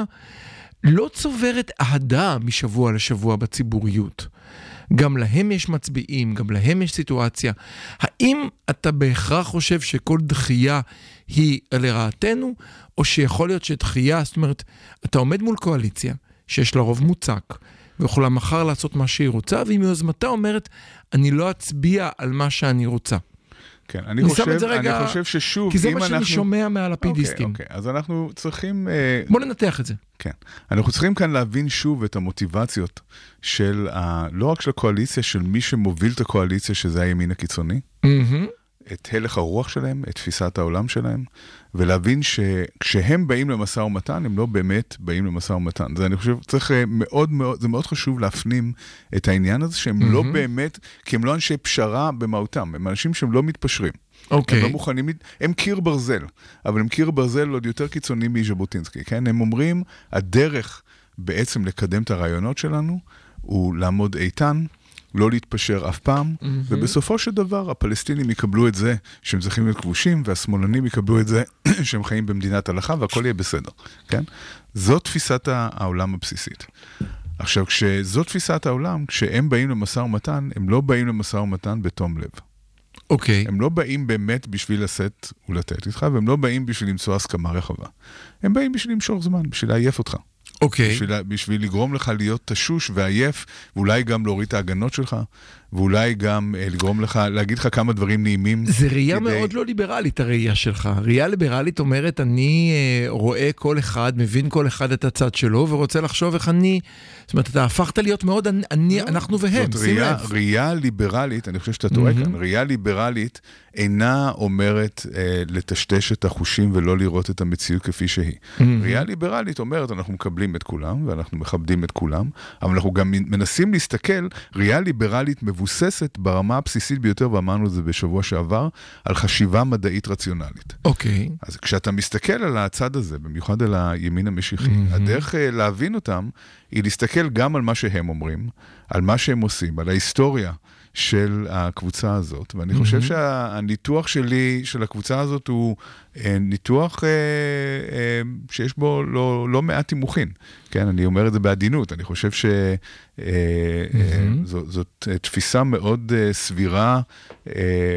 Speaker 3: לא צוברת אהדה משבוע לשבוע בציבוריות. גם להם יש מצביעים, גם להם יש סיטואציה. האם אתה בהכרח חושב שכל דחייה היא לרעתנו, או שיכול להיות שדחייה, זאת אומרת, אתה עומד מול קואליציה שיש לה רוב מוצק, ויכולה מחר לעשות מה שהיא רוצה, והיא מיוזמתה אומרת, אני לא אצביע על מה שאני רוצה.
Speaker 5: כן, אני, אני חושב, רגע, אני חושב ששוב,
Speaker 3: כי זה מה
Speaker 5: אנחנו...
Speaker 3: שאני שומע מהלפידיסטים.
Speaker 5: אוקיי, אוקיי, אז אנחנו צריכים...
Speaker 3: בוא ננתח את זה.
Speaker 5: כן, אנחנו צריכים כאן להבין שוב את המוטיבציות של, ה... לא רק של הקואליציה, של מי שמוביל את הקואליציה, שזה הימין הקיצוני, mm-hmm. את הלך הרוח שלהם, את תפיסת העולם שלהם, ולהבין שכשהם באים למשא ומתן, הם לא באמת באים למשא ומתן. זה אני חושב, צריך מאוד מאוד, זה מאוד חשוב להפנים את העניין הזה, שהם mm-hmm. לא באמת, כי הם לא אנשי פשרה במהותם, הם אנשים שהם לא מתפשרים.
Speaker 3: אוקיי.
Speaker 5: הם לא מוכנים, הם קיר ברזל, אבל הם קיר ברזל עוד יותר קיצוני מז'בוטינסקי, כן? הם אומרים, הדרך בעצם לקדם את הרעיונות שלנו, הוא לעמוד איתן, לא להתפשר אף פעם, mm-hmm. ובסופו של דבר הפלסטינים יקבלו את זה שהם צריכים להיות כבושים, והשמאלנים יקבלו את זה שהם חיים במדינת הלכה, והכל יהיה בסדר, כן? זאת תפיסת העולם הבסיסית. עכשיו, כשזאת תפיסת העולם, כשהם באים למשא ומתן, הם לא באים למשא ומתן בתום לב.
Speaker 3: אוקיי.
Speaker 5: הם לא באים באמת בשביל לשאת ולתת איתך, והם לא באים בשביל למצוא הסכמה רחבה. הם באים בשביל למשוך זמן, בשביל להעייף אותך.
Speaker 3: אוקיי.
Speaker 5: בשביל, בשביל לגרום לך להיות תשוש ועייף, ואולי גם להוריד את ההגנות שלך, ואולי גם אה, לגרום לך, להגיד לך כמה דברים נעימים.
Speaker 3: זה ראייה
Speaker 5: כדי...
Speaker 3: מאוד לא ליברלית, הראייה שלך. ראייה ליברלית אומרת, אני אה, רואה כל אחד, מבין כל אחד את הצד שלו, ורוצה לחשוב איך אני, זאת אומרת, אתה הפכת להיות מאוד אני, לא, אנחנו והם,
Speaker 5: זאת ראייה, ראייה ליברלית, אני חושב שאתה טועה mm-hmm. כאן, ראייה ליברלית אינה אומרת אה, לטשטש את החושים ולא לראות את המציאות כפי שהיא. Mm-hmm. ראייה ליברלית אומרת, אנחנו מקבלים את כולם, ואנחנו מכבדים את כולם, אבל אנחנו גם מנסים להסתכל, ראייה ליברלית מבוססת ברמה הבסיסית ביותר, ואמרנו את זה בשבוע שעבר, על חשיבה מדעית רציונלית.
Speaker 3: אוקיי. Okay.
Speaker 5: אז כשאתה מסתכל על הצד הזה, במיוחד על הימין המשיחי, mm-hmm. הדרך להבין אותם, היא להסתכל גם על מה שהם אומרים, על מה שהם עושים, על ההיסטוריה של הקבוצה הזאת. ואני mm-hmm. חושב שהניתוח שלי, של הקבוצה הזאת, הוא ניתוח אה, אה, שיש בו לא, לא מעט תימוכין. כן, אני אומר את זה בעדינות. אני חושב ש... אה, mm-hmm. אה, זו, זאת תפיסה מאוד אה, סבירה, אה,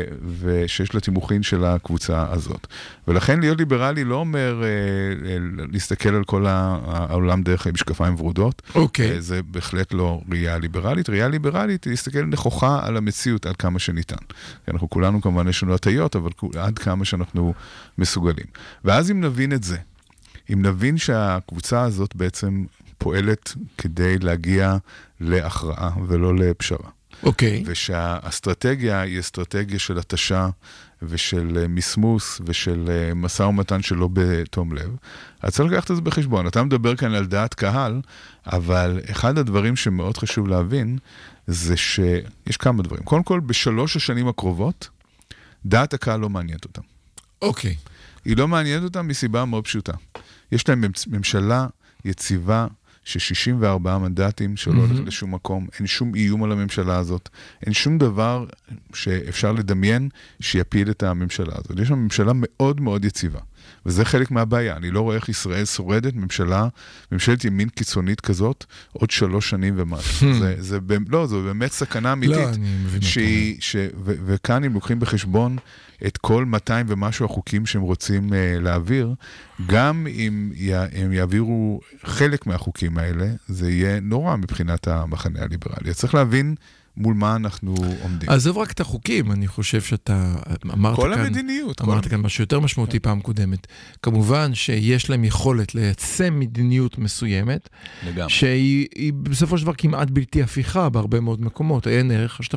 Speaker 5: ושיש לה תימוכין של הקבוצה הזאת. ולכן להיות ליברלי לא אומר אה, אה, להסתכל על כל העולם דרך משקפיים ורודות.
Speaker 3: אוקיי.
Speaker 5: אה, זה בהחלט לא ראייה ליברלית. ראייה ליברלית היא להסתכל נכוחה על המציאות עד כמה שניתן. אנחנו כולנו כמובן יש לנו הטיות, אבל עד כמה שאנחנו מסוגלים. ואז אם נבין את זה, אם נבין שהקבוצה הזאת בעצם פועלת כדי להגיע להכרעה ולא לפשרה.
Speaker 3: אוקיי.
Speaker 5: ושהאסטרטגיה היא אסטרטגיה של התשה ושל מסמוס ושל משא ומתן שלא בתום לב. אז צריך לקחת את זה בחשבון. אתה מדבר כאן על דעת קהל, אבל אחד הדברים שמאוד חשוב להבין זה שיש כמה דברים. קודם כל, בשלוש השנים הקרובות, דעת הקהל לא מעניינת אותם.
Speaker 3: אוקיי.
Speaker 5: היא לא מעניינת אותם מסיבה מאוד פשוטה. יש להם ממשלה יציבה ש-שישים וארבעה מנדטים שלא הולך לשום מקום, אין שום איום על הממשלה הזאת, אין שום דבר שאפשר לדמיין שיפיל את הממשלה הזאת. יש שם ממשלה מאוד מאוד יציבה, וזה חלק מהבעיה. אני לא רואה איך ישראל שורדת ממשלה, ממשלת ימין קיצונית כזאת, עוד שלוש שנים ומשהו. זה, זה, לא, זו באמת סכנה אמיתית. לא, אני מבין שהיא, ש, ו, וכאן הם לוקחים בחשבון את כל מאתיים ומשהו החוקים שהם רוצים uh, להעביר, גם אם י, הם יעבירו חלק מהחוקים האלה, זה יהיה נורא מבחינת המחנה הליברלי. צריך להבין מול מה אנחנו עומדים.
Speaker 3: עזוב רק את החוקים, אני חושב שאתה אמרת
Speaker 5: כל
Speaker 3: כאן,
Speaker 5: המדיניות,
Speaker 3: אמרת
Speaker 5: כל...
Speaker 3: כאן משהו יותר משמעותי פעם קודמת. כמובן שיש להם יכולת ליישם מדיניות מסוימת,
Speaker 5: לגמרי.
Speaker 3: שהיא בסופו של דבר כמעט בלתי הפיכה בהרבה מאוד מקומות. אין ערך השטחים?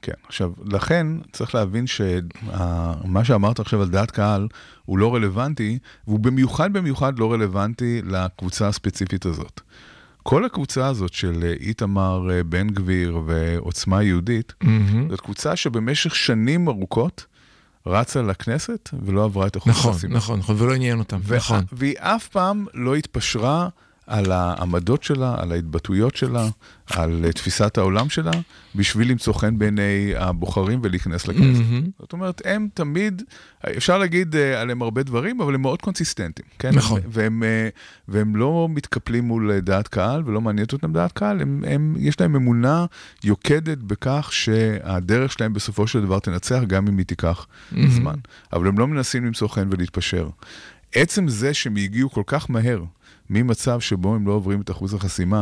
Speaker 5: כן, עכשיו, לכן צריך להבין שמה שאמרת עכשיו על דעת קהל הוא לא רלוונטי, והוא במיוחד במיוחד לא רלוונטי לקבוצה הספציפית הזאת. כל הקבוצה הזאת של איתמר בן גביר ועוצמה יהודית, mm-hmm. זאת קבוצה שבמשך שנים ארוכות רצה לכנסת ולא עברה את אחוז
Speaker 3: נכון,
Speaker 5: החסימה.
Speaker 3: נכון, נכון, ולא עניין אותם.
Speaker 5: ו-
Speaker 3: נכון.
Speaker 5: והיא אף פעם לא התפשרה על העמדות שלה, על ההתבטאויות שלה, על תפיסת העולם שלה, בשביל למצוא חן בעיני הבוחרים ולהיכנס לכנסת. Mm-hmm. זאת אומרת, הם תמיד, אפשר להגיד עליהם הרבה דברים, אבל הם מאוד קונסיסטנטים. כן?
Speaker 3: נכון.
Speaker 5: והם, והם לא מתקפלים מול דעת קהל, ולא מעניינת אותם דעת קהל, הם, הם, יש להם אמונה יוקדת בכך שהדרך שלהם בסופו של דבר תנצח, גם אם היא תיקח mm-hmm. זמן. אבל הם לא מנסים למצוא חן ולהתפשר. עצם זה שהם הגיעו כל כך מהר, ממצב שבו הם לא עוברים את אחוז החסימה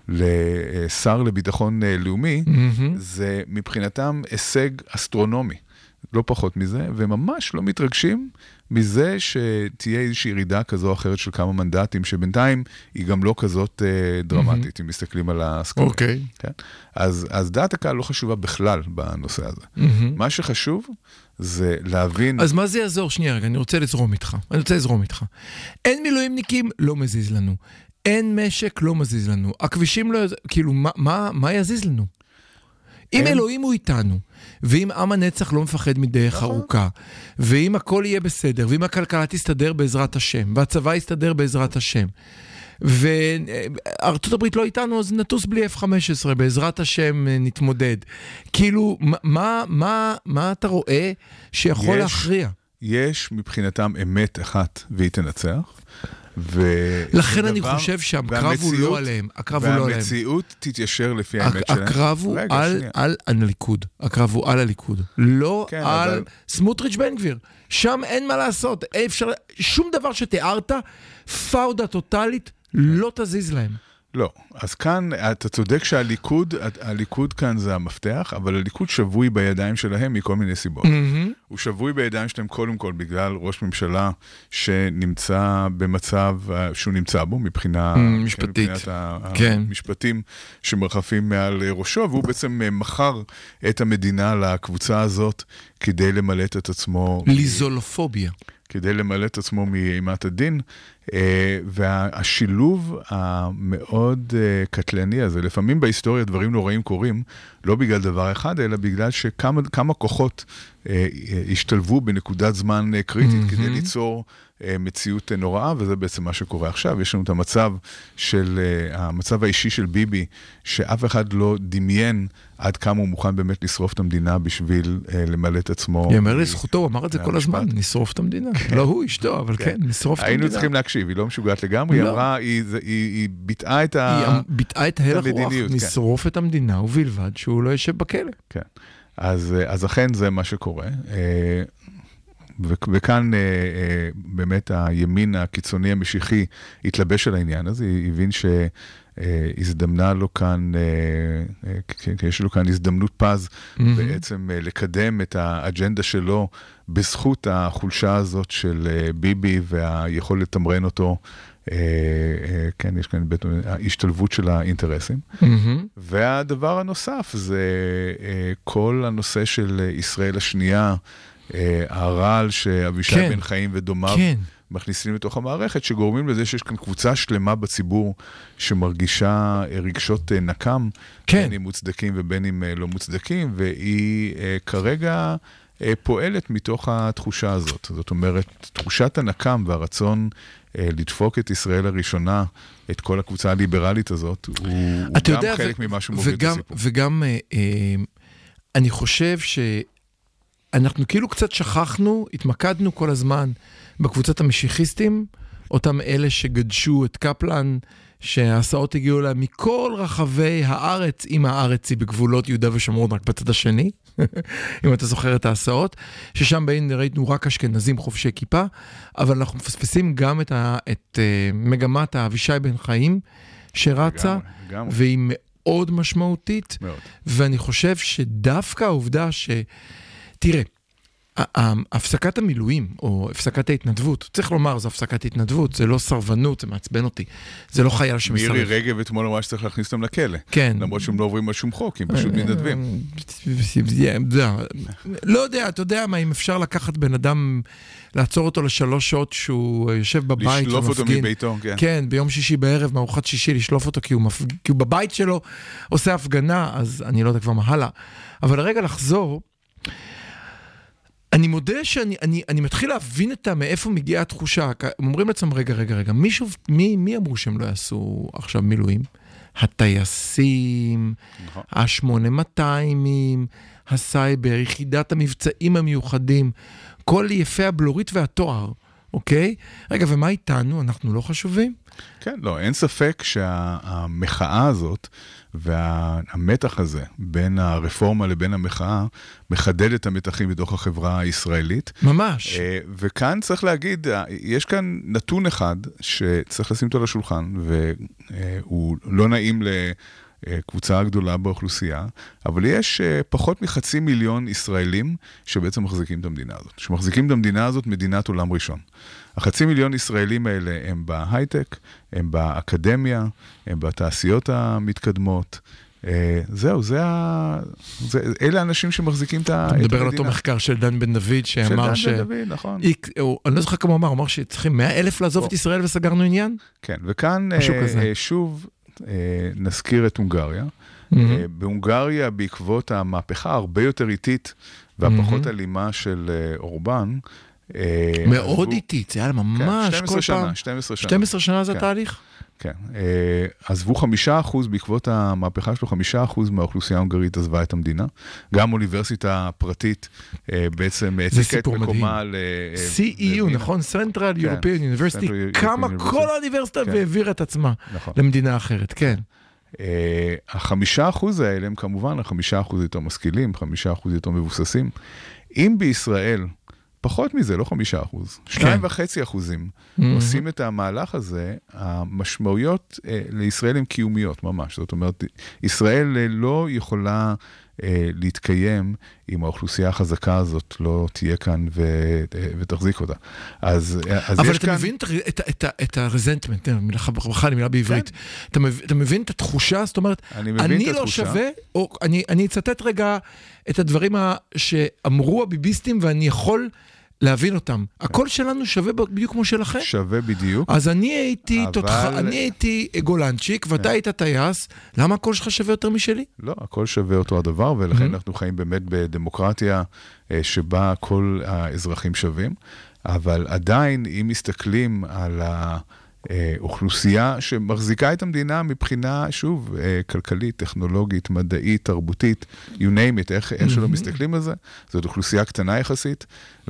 Speaker 5: לשר לביטחון לאומי, mm-hmm. זה מבחינתם הישג אסטרונומי, לא פחות מזה, וממש לא מתרגשים מזה שתהיה איזושהי ירידה כזו או אחרת של כמה מנדטים, שבינתיים היא גם לא כזאת אה, דרמטית, mm-hmm. אם מסתכלים על הסקרים.
Speaker 3: אוקיי. Okay.
Speaker 5: כן? אז, אז דעת הקהל לא חשובה בכלל בנושא הזה. Mm-hmm. מה שחשוב זה להבין...
Speaker 3: אז מה זה יעזור? שנייה רגע, אני רוצה לזרום איתך. אני רוצה לזרום איתך. אין מילואימניקים, לא מזיז לנו. אין משק, לא מזיז לנו. הכבישים לא... כאילו, מה, מה, מה יזיז לנו? אם אלוהים הוא איתנו, ואם עם הנצח לא מפחד מדרך ארוכה, ואם הכל יהיה בסדר, ואם הכלכלה תסתדר בעזרת השם, והצבא יסתדר בעזרת השם, וארצות הברית לא איתנו, אז נטוס בלי אף חמש עשרה, בעזרת השם נתמודד. כאילו, מה, מה, מה אתה רואה שיכול להכריע?
Speaker 5: יש מבחינתם אמת אחת, והיא תנצח.
Speaker 3: לכן אני חושב שהקרב הוא לא עליהם.
Speaker 5: והמציאות תתיישר לפי האמת שלהם.
Speaker 3: הקרב הוא על הליכוד. הקרב הוא על הליכוד. לא על סמוטריץ' בן גביר. שם אין מה לעשות. שום דבר שתיארת, פאודה טוטלית, לא תזיז להם.
Speaker 5: לא, אז כאן אתה צודק שהליכוד, הליכוד כאן זה המפתח, אבל הליכוד שבוי בידיים שלהם מכל מיני סיבות. Mm-hmm. הוא שבוי בידיים שלהם קודם כל בגלל ראש ממשלה שנמצא במצב שהוא נמצא בו מבחינה... Mm,
Speaker 3: משפטית. כן.
Speaker 5: המשפטים שמרחפים מעל ראשו, והוא בעצם מכר את המדינה לקבוצה הזאת כדי למלט את עצמו...
Speaker 3: ליזולופוביה.
Speaker 5: כדי למלא את עצמו מאימת הדין, והשילוב המאוד קטלני הזה, לפעמים בהיסטוריה דברים נוראים קורים, לא בגלל דבר אחד, אלא בגלל שכמה כמה כוחות השתלבו בנקודת זמן קריטית, mm-hmm. כדי ליצור מציאות נוראה, וזה בעצם מה שקורה עכשיו. יש לנו את המצב של, המצב האישי של ביבי, שאף אחד לא דמיין עד כמה הוא מוכן באמת לשרוף את המדינה בשביל למלא את עצמו.
Speaker 3: יאמר לזכותו, הוא אמר את זה כל הזמן, נשרוף את המדינה. לא הוא אשתו, אבל כן, נשרוף את המדינה.
Speaker 5: היינו צריכים להקשיב, היא לא משוגעת לגמרי, היא אמרה, היא ביטאה את המדיניות.
Speaker 3: היא ביטאה את הלך רוח, נשרוף את המדינה, ובלבד שהוא לא ישב בכלא.
Speaker 5: כן, אז אכן זה מה שקורה. וכאן באמת הימין הקיצוני המשיחי התלבש על העניין הזה, הבין שהזדמנה לו כאן, יש לו כאן הזדמנות פז בעצם לקדם את האג'נדה שלו בזכות החולשה הזאת של ביבי והיכול לתמרן אותו, כן, יש כאן ההשתלבות של האינטרסים. והדבר הנוסף זה כל הנושא של ישראל השנייה, הרעל שאבישי בן חיים ודומיו מכניסים לתוך המערכת, שגורמים לזה שיש כאן קבוצה שלמה בציבור שמרגישה רגשות נקם, בין אם מוצדקים ובין אם לא מוצדקים, והיא כרגע פועלת מתוך התחושה הזאת. זאת אומרת, תחושת הנקם והרצון לדפוק את ישראל הראשונה, את כל הקבוצה הליברלית הזאת, הוא גם חלק ממה שמוביל את הסיפור.
Speaker 3: וגם אני חושב ש... אנחנו כאילו קצת שכחנו, התמקדנו כל הזמן בקבוצת המשיחיסטים, אותם אלה שגדשו את קפלן, שההסעות הגיעו להם מכל רחבי הארץ, אם הארץ היא בגבולות יהודה ושומרון, רק בצד השני, אם אתה זוכר את ההסעות, ששם בהן ראינו רק אשכנזים חובשי כיפה, אבל אנחנו מפספסים גם את, ה, את uh, מגמת האבישי בן חיים, שרצה, לגמרי, לגמרי. והיא מאוד משמעותית, מאוד. ואני חושב שדווקא העובדה ש... תראה, הפסקת המילואים, או הפסקת ההתנדבות, צריך לומר, זו הפסקת התנדבות, זה לא סרבנות, זה מעצבן אותי. זה לא חייל שמסרב.
Speaker 5: מירי רגב אתמול אמרה שצריך להכניס אותם לכלא.
Speaker 3: כן.
Speaker 5: למרות שהם לא עוברים על שום חוק, הם פשוט מתנדבים.
Speaker 3: לא יודע, אתה יודע מה, אם אפשר לקחת בן אדם, לעצור אותו לשלוש שעות שהוא יושב בבית.
Speaker 5: לשלוף אותו מביתו, כן.
Speaker 3: כן, ביום שישי בערב, מארוחת שישי, לשלוף אותו, כי הוא בבית שלו עושה הפגנה, אז אני לא יודע כבר מה הלאה. אבל רגע לחזור, אני מודה שאני אני, אני מתחיל להבין את מאיפה מגיעה התחושה. הם אומרים לעצמם, רגע, רגע, רגע, מישהו, מי, מי אמרו שהם לא יעשו עכשיו מילואים? הטייסים, ה-שמונה מאתיים, הסייבר, יחידת המבצעים המיוחדים, כל יפי הבלורית והתואר, אוקיי? רגע, ומה איתנו? אנחנו לא חשובים?
Speaker 5: כן, לא, אין ספק שהמחאה הזאת והמתח הזה בין הרפורמה לבין המחאה מחדד את המתחים בתוך החברה הישראלית.
Speaker 3: ממש.
Speaker 5: וכאן צריך להגיד, יש כאן נתון אחד שצריך לשים אותו לשולחן, והוא לא נעים לקבוצה גדולה באוכלוסייה, אבל יש פחות מחצי מיליון ישראלים שבעצם מחזיקים את המדינה הזאת. שמחזיקים את המדינה הזאת מדינת עולם ראשון. החצי מיליון ישראלים האלה הם בהייטק, הם באקדמיה, הם בתעשיות המתקדמות. זהו, זה ה... אלה האנשים שמחזיקים את המדינה.
Speaker 3: אתה מדבר על אותו מחקר של דן בן דוד, שאמר ש...
Speaker 5: של דן בן דוד, נכון.
Speaker 3: אני לא זוכר כמה הוא אמר, הוא אמר שצריכים מאה אלף לעזוב את ישראל וסגרנו עניין?
Speaker 5: כן, וכאן שוב נזכיר את הונגריה. בהונגריה, בעקבות המהפכה הרבה יותר איטית והפחות אלימה של אורבן,
Speaker 3: מאוד איטית, זה היה ממש
Speaker 5: שתים עשרה שנה, שתים עשרה שנה.
Speaker 3: שתים עשרה שנה זה התהליך?
Speaker 5: כן. עזבו חמישה אחוז, בעקבות המהפכה שלו, חמישה אחוז מהאוכלוסייה ההונגרית עזבה את המדינה. גם אוניברסיטה פרטית בעצם העתיקה את מקומה ל...
Speaker 3: סי אי יו, נכון? Central European University, קמה כל האוניברסיטה והעבירה את עצמה למדינה אחרת, כן.
Speaker 5: החמישה אחוז האלה הם כמובן, החמישה אחוז יותר משכילים, חמישה אחוז יותר מבוססים. אם בישראל... פחות מזה, לא חמישה אחוז. שניים וחצי אחוזים עושים את המהלך הזה, המשמעויות לישראל הן קיומיות ממש. זאת אומרת, ישראל לא יכולה להתקיים אם האוכלוסייה החזקה הזאת לא תהיה כאן ותחזיק אותה. אז
Speaker 3: אבל אתה מבין את הרזנטמנט, ברכה לי מילה בעברית, אתה מבין את התחושה, זאת אומרת, אני לא שווה, או אני אצטט רגע את הדברים שאמרו הביביסטים, ואני יכול להבין אותם. הקול שלנו שווה בדיוק כמו שלכם.
Speaker 5: שווה בדיוק.
Speaker 3: אז אני הייתי תותח, אני הייתי גולנצ'יק, ואתה היית טייס, למה הקול שלך שווה יותר משלי?
Speaker 5: לא, הקול שווה אותו הדבר, ולכן אנחנו חיים באמת בדמוקרטיה שבה כל האזרחים שווים, אבל עדיין, אם מסתכלים על ה... אוכלוסייה שמחזיקה את המדינה מבחינה, שוב, כלכלית, טכנולוגית, מדעית, תרבותית, you name it, איך, איך שלא מסתכלים על זה, זאת אוכלוסייה קטנה יחסית,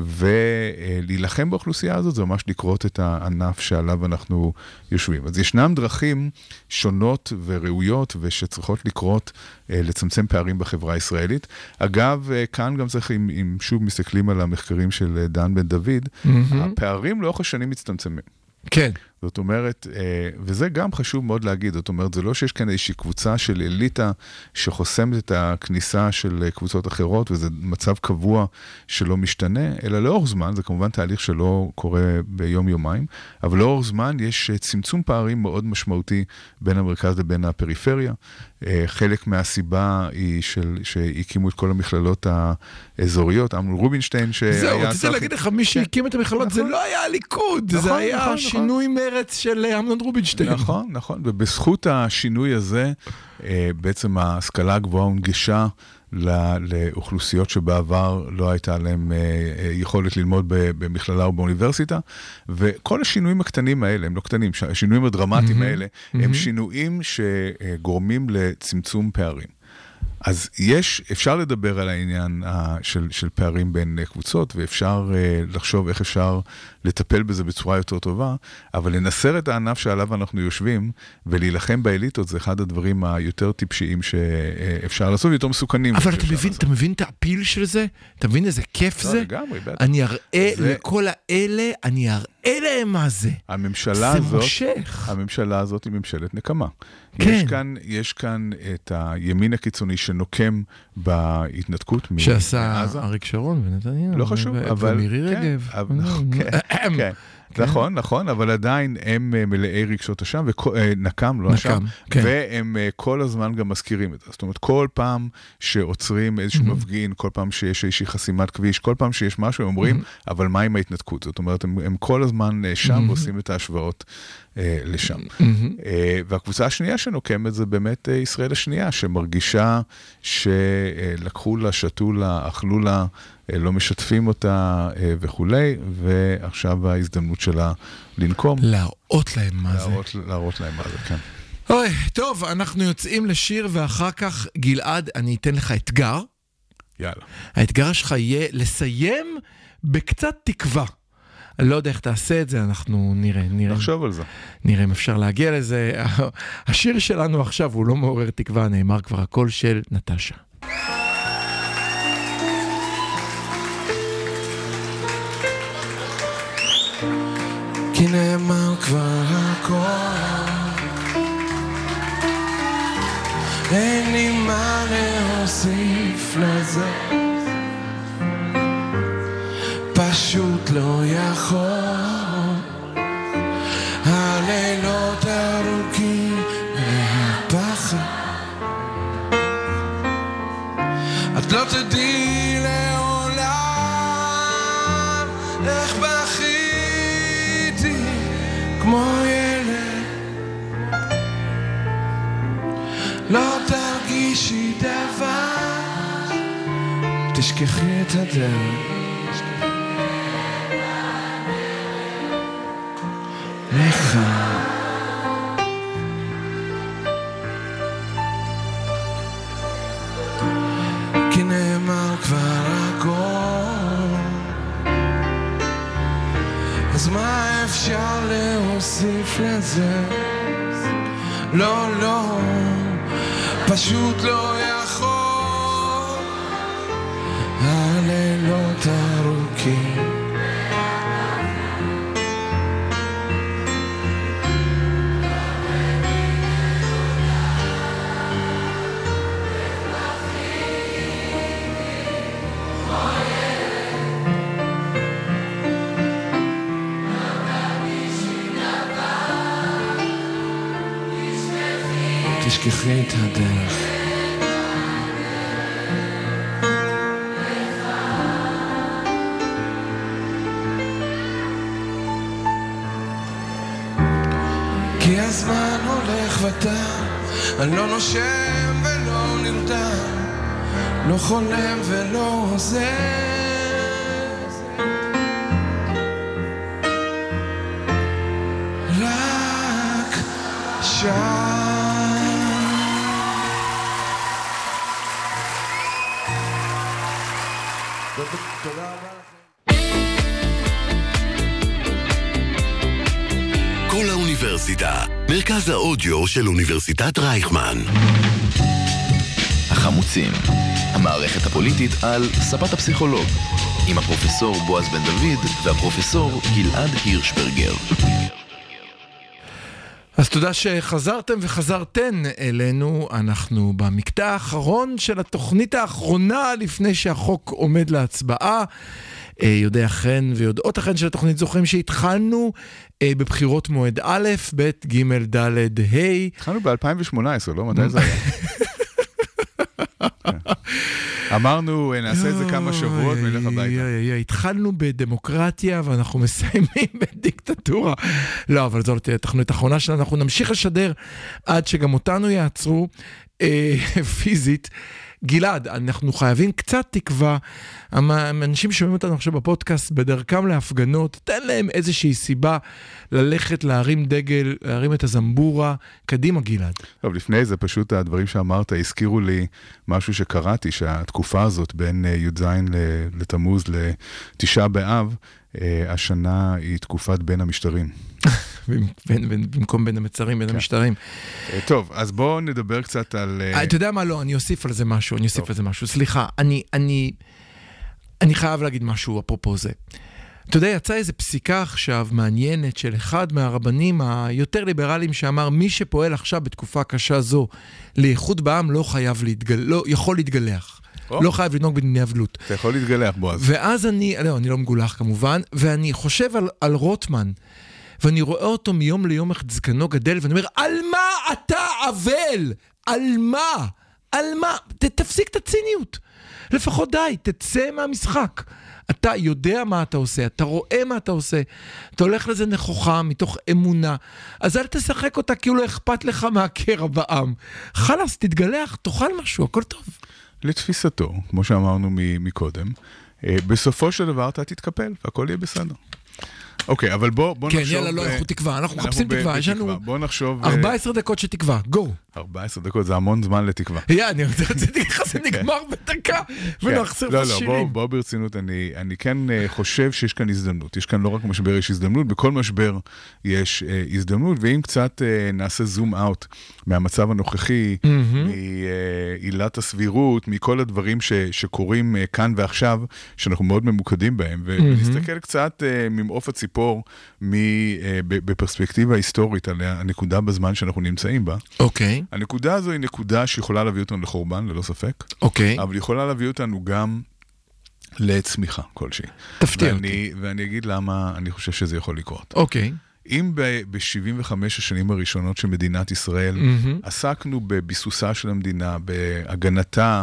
Speaker 5: ולהילחם באוכלוסייה הזאת, זה ממש לקרות את הענף שעליו אנחנו יושבים. אז ישנם דרכים שונות וראויות, ושצריכות לקרות לצמצם פערים בחברה הישראלית. אגב, כאן גם צריך, אם, אם שוב מסתכלים על המחקרים של דן בן דוד, הפערים לאורך השנים מצטמצמים.
Speaker 3: כן.
Speaker 5: זאת אומרת, וזה גם חשוב מאוד להגיד, זאת אומרת, זה לא שיש כאן איזושהי קבוצה של אליטה שחוסמת את הכניסה של קבוצות אחרות, וזה מצב קבוע שלא משתנה, אלא לאורך זמן, זה כמובן תהליך שלא קורה ביום יומיים, אבל לאורך זמן יש צמצום פערים מאוד משמעותי בין המרכז לבין הפריפריה. חלק מהסיבה היא של, שהקימו את כל המכללות האזוריות, אמנון רובינשטיין שהיה...
Speaker 3: זהו, רציתי להגיד לך, מי שהקים את המכללות, זה לא היה הליכוד, זה היה שינוי מרץ של אמנון רובינשטיין.
Speaker 5: נכון, נכון, ובזכות השינוי הזה, בעצם ההשכלה הגבוהה הונגשה לאוכלוסיות שבעבר לא הייתה להם יכולת ללמוד במכללה או באוניברסיטה, וכל השינויים הקטנים האלה, הם לא קטנים, השינויים הדרמטיים האלה, הם שינויים שגורמים לצמצום פערים. אז יש, אפשר לדבר על העניין של, של פערים בין קבוצות, ואפשר לחשוב איך אפשר לטפל בזה בצורה יותר טובה, אבל לנסר את הענף שעליו אנחנו יושבים, ולהילחם באליטות, זה אחד הדברים היותר טיפשיים שאפשר לעשות, יותר מסוכנים.
Speaker 3: אבל אתה מבין, אתה מבין את הפיל של זה? אתה מבין איזה כיף זה?
Speaker 5: לגמרי, בטח.
Speaker 3: אני אראה לכל האלה, אני אראה להם מה זה.
Speaker 5: הממשלה הזאת,
Speaker 3: זה מושך.
Speaker 5: הממשלה הזאת היא ממשלת נקמה.
Speaker 3: כן.
Speaker 5: יש כאן, יש כאן את הימין הקיצוני שנוקם בהתנתקות מעזה.
Speaker 3: שעשה אריק שרון ונתניהו.
Speaker 5: לא חשוב, אבל...
Speaker 3: ומירי רגב.
Speaker 5: כן, כן. נכון, נכון, אבל עדיין הם מלאי רגשות אשם, נקם, לא אשם, והם כל הזמן גם מזכירים את זה. זאת אומרת, כל פעם שעוצרים איזשהו מפגין, כל פעם שיש איזושהי חסימת כביש, כל פעם שיש משהו, הם אומרים, אבל מה עם ההתנתקות? זאת אומרת, הם כל הזמן שם ועושים את ההשוואות לשם. והקבוצה השנייה שנוקמת זה באמת ישראל השנייה, שמרגישה שלקחו לה, שתו לה, אכלו לה, לא משתפים אותה וכולי, ועכשיו ההזדמנות שלה לנקום.
Speaker 3: להראות להם מה זה.
Speaker 5: להראות להם מה זה, כן.
Speaker 3: אוי, טוב, אנחנו יוצאים לשיר, ואחר כך, גלעד, אני אתן לך אתגר.
Speaker 5: יאללה.
Speaker 3: האתגר שלך יהיה לסיים בקצת תקווה. אני לא יודע איך תעשה את זה, אנחנו נראה, נראה.
Speaker 5: נחשוב על זה.
Speaker 3: נראה אם אפשר להגיע לזה. השיר שלנו עכשיו הוא לא מעורר תקווה, נאמר כבר הכל של נטשה.
Speaker 6: כי נאמר כבר הכל, אין לי מה להוסיף לזה, פשוט לא יכול. הלילות ארוכים והפחד, את לא תדעי לעולם איך בכיתי כמו ילד, לא תרגישי דבר, תשכחי את הדרך, לך כי נאמר כבר הכל, אז מה אפשר להוסיף לזה? לא, לא, פשוט לא יכול. הלילות ארוכים, תשכחי את הדרך, כי הזמן הולך ותם, אני לא נושם ולא נרדם, לא חולם ולא עוזר, רק שם. תודה רבה לכם.
Speaker 1: כל האוניברסיטה, מרכז האודיו של אוניברסיטת רייכמן.
Speaker 4: החמוצים, המערכת הפוליטית על ספת הפסיכולוג, עם הפרופסור בועז בן דוד והפרופסור גלעד הירשברגר.
Speaker 3: אז תודה שחזרתם וחזרתן אלינו. אנחנו במקטע האחרון של התוכנית האחרונה לפני שהחוק עומד להצבעה. יודע חן ויודעות החן של התוכנית זוכרים שהתחלנו בבחירות מועד א', ב', ג', ד', ה'.
Speaker 5: התחלנו ב-אלפיים שמונה עשרה, לא? מתי זה היה? אמרנו, נעשה את זה כמה שבועות ונלך הביתה.
Speaker 3: התחלנו בדמוקרטיה ואנחנו מסיימים בדיקטטורה. לא, אבל זאת התוכנית האחרונה שלנו. אנחנו נמשיך לשדר עד שגם אותנו יעצרו פיזית. גלעד, אנחנו חייבים קצת תקווה. האנשים שומעים אותנו עכשיו בפודקאסט בדרכם להפגנות, תן להם איזושהי סיבה ללכת להרים דגל, להרים את הזמבורה. קדימה, גלעד.
Speaker 5: טוב, לפני זה פשוט הדברים שאמרת הזכירו לי משהו שקראתי, שהתקופה הזאת בין י' ז' לתמוז לתשעה באב, השנה היא תקופת בין המשטרים.
Speaker 3: במקום בין המצרים, בין המשטרים.
Speaker 5: טוב, אז בואו נדבר קצת על...
Speaker 3: אתה יודע מה? לא, אני אוסיף על זה משהו, אני אוסיף על זה משהו. סליחה, אני, אני, אני חייב להגיד משהו אפרופו זה. אתה יודע, יצאה איזו פסיקה עכשיו מעניינת של אחד מהרבנים היותר ליברליים שאמר, מי שפועל עכשיו בתקופה קשה זו לאיחוד בעם לא חייב להתגל... לא, יכול להתגלח. או? לא חייב לנהוג בדיני אבלות.
Speaker 5: אתה יכול להתגלח, בועז.
Speaker 3: ואז אני, לא, אני לא מגולח כמובן, ואני חושב על, על רוטמן, ואני רואה אותו מיום ליום איך זקנו גדל, ואני אומר, על מה אתה אבל? על מה? על מה? ת, תפסיק את הציניות. לפחות די, תצא מהמשחק. אתה יודע מה אתה עושה, אתה רואה מה אתה עושה, אתה הולך לזה נכוחה מתוך אמונה, אז אל תשחק אותה כאילו לא אכפת לך מהקרע בעם. חלס, תתגלח, תאכל משהו, הכל טוב.
Speaker 5: לתפיסתו, כמו שאמרנו מקודם, בסופו של דבר אתה תתקפל, והכל יהיה בסדר. אוקיי, אבל בוא, בוא
Speaker 3: כן,
Speaker 5: נחשוב...
Speaker 3: כן, יאללה, לא, אנחנו תקווה, אנחנו מחפשים תקווה, יש לנו...
Speaker 5: בוא נחשוב...
Speaker 3: ארבע עשרה דקות שתקווה, גו.
Speaker 5: ארבע עשרה דקות, זה המון זמן לתקווה.
Speaker 3: יא, אני רציתי לך, זה נגמר בדקה, ונחסר את השירים.
Speaker 5: לא, לא, בוא ברצינות, אני כן חושב שיש כאן הזדמנות. יש כאן לא רק משבר, יש הזדמנות, בכל משבר יש הזדמנות, ואם קצת נעשה זום אאוט מהמצב הנוכחי, מעילת הסבירות, מכל הדברים שקורים כאן ועכשיו, שאנחנו מאוד ממוקדים בהם, ונסתכל קצת ממעוף הציפור, בפרספקטיבה היסטורית על הנקודה בזמן שאנחנו נמצאים בה.
Speaker 3: אוקיי.
Speaker 5: הנקודה הזו היא נקודה שיכולה להביא אותנו לחורבן, ללא ספק.
Speaker 3: אוקיי.
Speaker 5: אבל יכולה להביא אותנו גם לצמיחה כלשהי.
Speaker 3: תפתיע
Speaker 5: ואני,
Speaker 3: אותי.
Speaker 5: ואני אגיד למה אני חושב שזה יכול לקרות.
Speaker 3: אוקיי.
Speaker 5: אם ב-שבעים וחמש השנים הראשונות של מדינת ישראל, mm-hmm. עסקנו בביסוסה של המדינה, בהגנתה,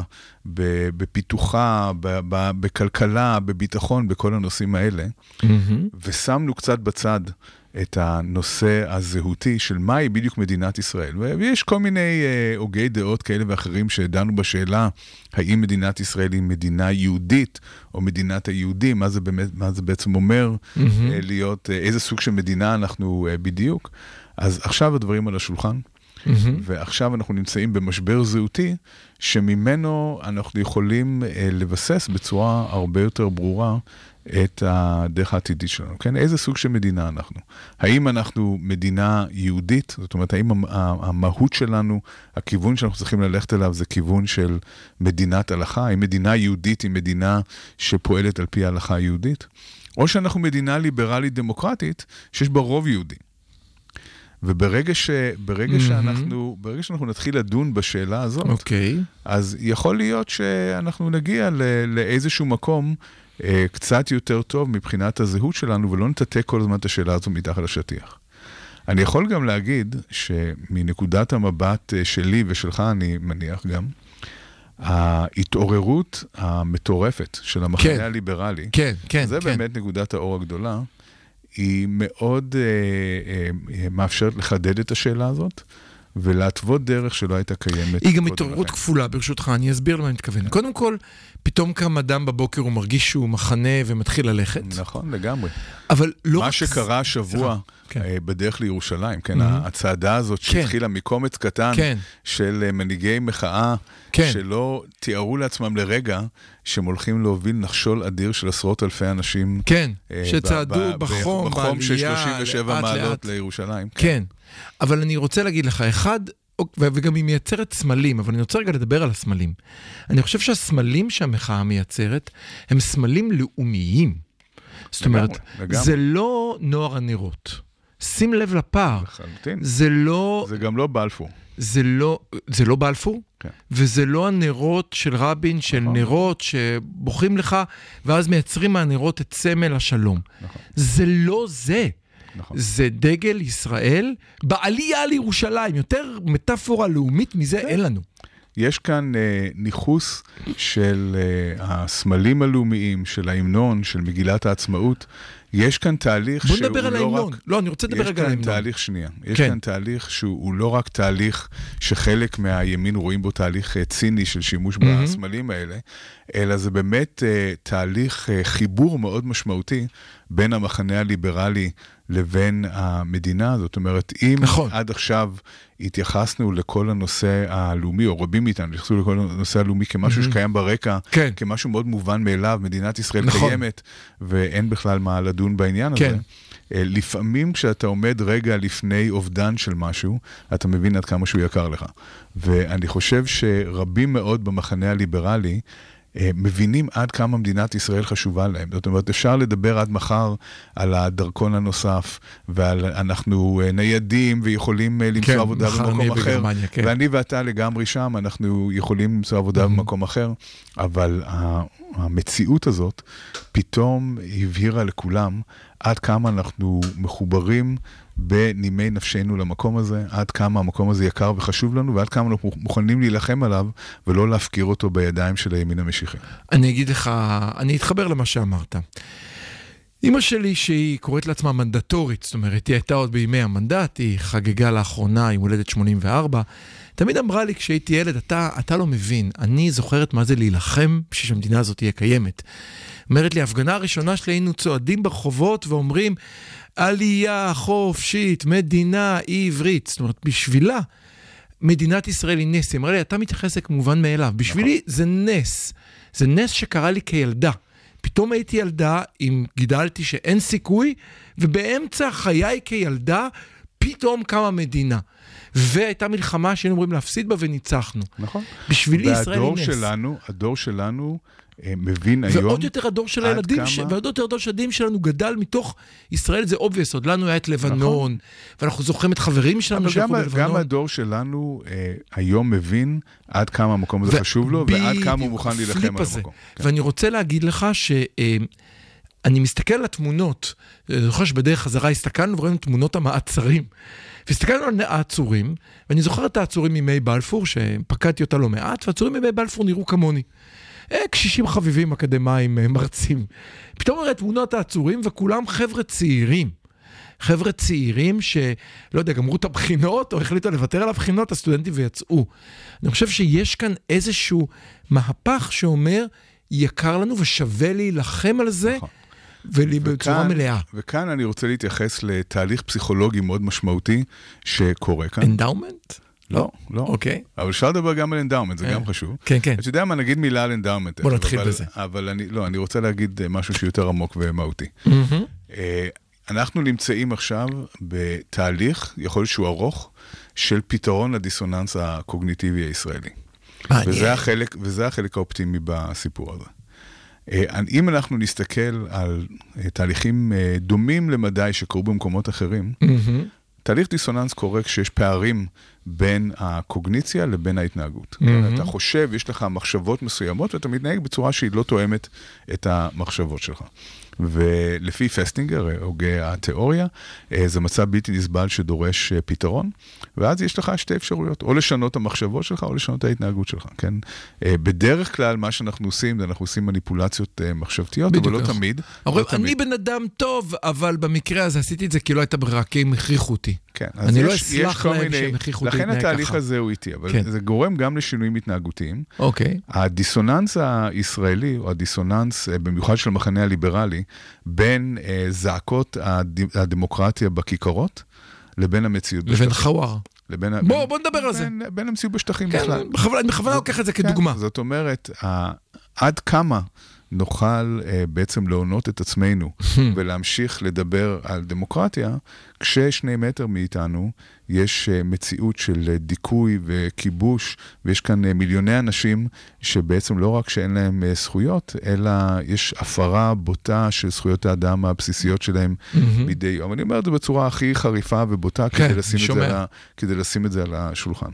Speaker 5: בפיתוחה, בכלכלה, בביטחון, בכל הנושאים האלה, mm-hmm. ושמנו קצת בצד את הנושא הזהותי של מהי בדיוק מדינת ישראל. ויש כל מיני הוגי דעות כאלה ואחרים שדנו בשאלה האם מדינת ישראל היא מדינה יהודית או מדינת היהודים, מה זה, באמת, מה זה בעצם אומר mm-hmm. להיות, איזה סוג של מדינה אנחנו בדיוק. אז עכשיו הדברים על השולחן, mm-hmm. ועכשיו אנחנו נמצאים במשבר זהותי, שממנו אנחנו יכולים לבסס בצורה הרבה יותר ברורה את הדרך העתידית שלנו, כן? איזה סוג של מדינה אנחנו? האם אנחנו מדינה יהודית? זאת אומרת, האם המהות שלנו, הכיוון שאנחנו צריכים ללכת אליו, זה כיוון של מדינת הלכה? האם מדינה יהודית היא מדינה שפועלת על פי ההלכה היהודית? או שאנחנו מדינה ליברלית דמוקרטית, שיש בה רוב יהודי. וברגע ש, ברגע mm-hmm. שאנחנו, ברגע שאנחנו נתחיל לדון בשאלה הזאת,
Speaker 3: okay.
Speaker 5: אז יכול להיות שאנחנו נגיע לא, לאיזשהו מקום קצת יותר טוב מבחינת הזהות שלנו, ולא נטטה כל הזמן את השאלה הזו מתחת לשטיח. אני יכול גם להגיד שמנקודת המבט שלי ושלך, אני מניח גם, ההתעוררות המטורפת של המחנה כן. הליברלי,
Speaker 3: כן, כן,
Speaker 5: זה
Speaker 3: כן. באמת
Speaker 5: נקודת האור הגדולה, היא מאוד אה, אה, מאפשרת לחדד את השאלה הזאת, ולהתוות דרך שלא הייתה קיימת.
Speaker 3: היא גם התעוררות כפולה, ברשותך, אני אסביר למה אני מתכוון. קודם כל, פתאום קם אדם בבוקר הוא מרגיש שהוא מחנה ומתחיל ללכת.
Speaker 5: נכון, לגמרי.
Speaker 3: אבל לא...
Speaker 5: מה שקרה השבוע בדרך לירושלים, כן, הצעדה הזאת שהתחילה מקומץ קטן של מנהיגי מחאה, שלא תיארו לעצמם לרגע שהם הולכים להוביל נחשול אדיר של עשרות אלפי אנשים.
Speaker 3: כן, שצעדו בחום,
Speaker 5: בחום של שלושים ושבע מעלות לירושלים.
Speaker 3: כן, אבל אני רוצה להגיד לך, אחד... וגם היא מייצרת סמלים, אבל אני רוצה רגע לדבר על הסמלים. אני חושב שהסמלים שהמחאה מייצרת, הם סמלים לאומיים. זאת אומרת, זה לא נוער הנרות. שים לב לפער. זה לא...
Speaker 5: זה גם לא בלפור.
Speaker 3: זה לא, זה לא בלפור,
Speaker 5: כן.
Speaker 3: וזה לא הנרות של רבין, של נכון. נרות שבוחרים לך, ואז מייצרים מהנרות את סמל השלום. נכון. זה לא זה. נכון. זה דגל ישראל בעלייה לירושלים, יותר מטאפורה לאומית מזה אין לנו.
Speaker 5: יש כאן אה, ניחוס של אה, הסמלים הלאומיים, של ההמנון, של מגילת העצמאות. יש כאן תהליך שהוא לא רק...
Speaker 3: בוא נדבר על ההמנון. לא, אני רוצה לדבר רגע על ההמנון.
Speaker 5: יש כאן תהליך שנייה. יש כן. כאן תהליך שהוא לא רק תהליך שחלק מהימין רואים בו תהליך ציני של שימוש mm-hmm. בסמלים האלה, אלא זה באמת uh, תהליך uh, חיבור מאוד משמעותי בין המחנה הליברלי לבין המדינה. זאת אומרת, אם
Speaker 3: נכון.
Speaker 5: עד עכשיו התייחסנו לכל הנושא הלאומי, או רבים מאיתנו, התייחסו לכל הנושא הלאומי כמשהו שקיים ברקע,
Speaker 3: כן.
Speaker 5: כמשהו מאוד מובן מאליו, מדינת ישראל
Speaker 3: נכון.
Speaker 5: קיימת, ואין בכלל מה לדון בעניין
Speaker 3: כן.
Speaker 5: הזה. לפעמים כשאתה עומד רגע לפני אובדן של משהו, אתה מבין עד כמה שהוא יקר לך. ואני חושב שרבים מאוד במחנה הליברלי, מבינים עד כמה מדינת ישראל חשובה להם. זאת אומרת, אפשר לדבר עד מחר על הדרכון הנוסף, ועל אנחנו ניידים ויכולים למצוא
Speaker 3: כן,
Speaker 5: עבודה במקום אחר.
Speaker 3: בגרמניה, כן.
Speaker 5: ואני ואתה לגמרי שם, אנחנו יכולים למצוא עבודה במקום אחר, אבל המציאות הזאת פתאום הבהירה לכולם עד כמה אנחנו מחוברים בנימי נפשנו למקום הזה, עד כמה המקום הזה יקר וחשוב לנו, ועד כמה אנחנו מוכנים להילחם עליו, ולא להפקיר אותו בידיים של הימין המשיחי.
Speaker 3: אני אגיד לך, אני אתחבר למה שאמרת. אמא שלי שהיא קוראת לעצמה מנדטורית, זאת אומרת, היא הייתה עוד בימי המנדט, היא חגגה לאחרונה עם הולדת שמונים וארבע, תמיד אמרה לי כשהייתי ילד, אתה, אתה לא מבין, אני זוכרת מה זה להילחם בשביל שהמדינה הזאת תהיה קיימת. אומרת לי, ההפגנה הראשונה שלי היינו צועדים ברחובות ואומרים, עלייה חופשית, מדינה עברית. זאת אומרת, בשבילה, מדינת ישראל היא נס. היא אמרה לי, אתה מתייחס כמובן מאליו. בשבילי זה נס. זה נס שקרה לי כילדה. פתאום הייתי ילדה, אם גידלתי שאין סיכוי, ובאמצע חיי כילדה, פתאום קמה מדינה. והייתה מלחמה שהיינו אומרים להפסיד בה וניצחנו.
Speaker 5: נכון.
Speaker 3: בשבילי ישראל היא
Speaker 5: והדור
Speaker 3: נס.
Speaker 5: שלנו, הדור שלנו, מבין היום...
Speaker 3: ועוד יותר הדור של הילדים, כמה... ש... ועוד יותר הדור של הילדים שלנו גדל מתוך ישראל, זה obvious, עוד לנו היה את לבנון, נכון. ואנחנו זוכרים את חברים שלנו שהלכו בלבנון.
Speaker 5: גם הדור שלנו אה, היום מבין עד כמה המקום הזה ו... חשוב לו, ב... ועד כמה הוא מוכן להילחם על המקום. כן. ואני
Speaker 3: רוצה להגיד לך שאני אה, מסתכל על התמונות, אני זוכר שבדרך חזרה הסתכלנו וראינו תמונות המעצרים, והסתכלנו על העצורים, ואני זוכר את העצורים מימי בלפור, שפקדתי אותה לא מעט, והעצורים מימי בלפור נראו כמוני. קשישים חביבים אקדמיים מרצים. פתאום נראה תמונות העצורים, וכולם חבר'ה צעירים. חבר'ה צעירים שלא יודע, גמרו את הבחינות, או החליטו לוותר על הבחינות, הסטודנטים ויצאו. אני חושב שיש כאן איזשהו מהפך שאומר, יקר לנו ושווה להילחם על זה, נכון. ולי בצורה מלאה.
Speaker 5: וכאן אני רוצה להתייחס לתהליך פסיכולוגי מאוד משמעותי שקורה כאן.
Speaker 3: אנדאומנט?
Speaker 5: לא, לא.
Speaker 3: אוקיי.
Speaker 5: אבל אפשר לדבר גם על אנדאומנט, זה גם חשוב.
Speaker 3: כן, כן.
Speaker 5: אתה יודע מה, נגיד מילה על אנדאומנט.
Speaker 3: בוא נתחיל בזה.
Speaker 5: אבל אני, לא, אני רוצה להגיד משהו שיותר עמוק ומהותי. אנחנו נמצאים עכשיו בתהליך, יכול להיות שהוא ארוך, של פתרון לדיסוננס הקוגניטיבי הישראלי. וזה החלק, וזה החלק האופטימי בסיפור הזה. אם אנחנו נסתכל על תהליכים דומים למדי שקורו במקומות אחרים, תהליך דיסוננס קורה כשיש פערים בין הקוגניציה לבין ההתנהגות. Mm-hmm. אתה חושב, יש לך מחשבות מסוימות, ואתה מתנהג בצורה שהיא לא תואמת את המחשבות שלך. ולפי פסטינגר, הוגה התיאוריה, זה מצב בלתי נסבל שדורש פתרון, ואז יש לך שתי אפשרויות, או לשנות את המחשבות שלך, או לשנות את ההתנהגות שלך, כן? בדרך כלל, מה שאנחנו עושים, זה אנחנו עושים מניפולציות מחשבתיות, אבל לא תמיד.
Speaker 3: אני בן אדם טוב, אבל במקרה הזה עשיתי את זה כי לא הייתה ברירה, כי הם הכריחו אותי.
Speaker 5: כן,
Speaker 3: אני לא אסלח להם שהם הכריחו אותי.
Speaker 5: לכן התהליך הזה הוא איתי, אבל זה גורם גם לשינויים התנהגותיים.
Speaker 3: אוקיי.
Speaker 5: הדיסוננס הישראלי, או הדיסוננס במיוחד של המחנה הליברלי, בין זעקות הדמוקרטיה בכיכרות, לבין המציאות בשטחים.
Speaker 3: לבין חוואר. בוא, בוא נדבר על זה.
Speaker 5: בין המציאות בשטחים בכלל.
Speaker 3: אני בכוונה לוקח את זה כדוגמה.
Speaker 5: זאת אומרת, עד כמה נוכל בעצם להונות את עצמנו ולהמשיך לדבר על דמוקרטיה, כששני מטר מאיתנו יש מציאות של דיכוי וכיבוש, ויש כאן מיליוני אנשים שבעצם לא רק שאין להם זכויות, אלא יש הפרה בוטה של זכויות האדם הבסיסיות שלהם מדי יום. אני אומר את זה בצורה הכי חריפה ובוטה כדי לשים את זה על, כדי לשים את זה על השולחן.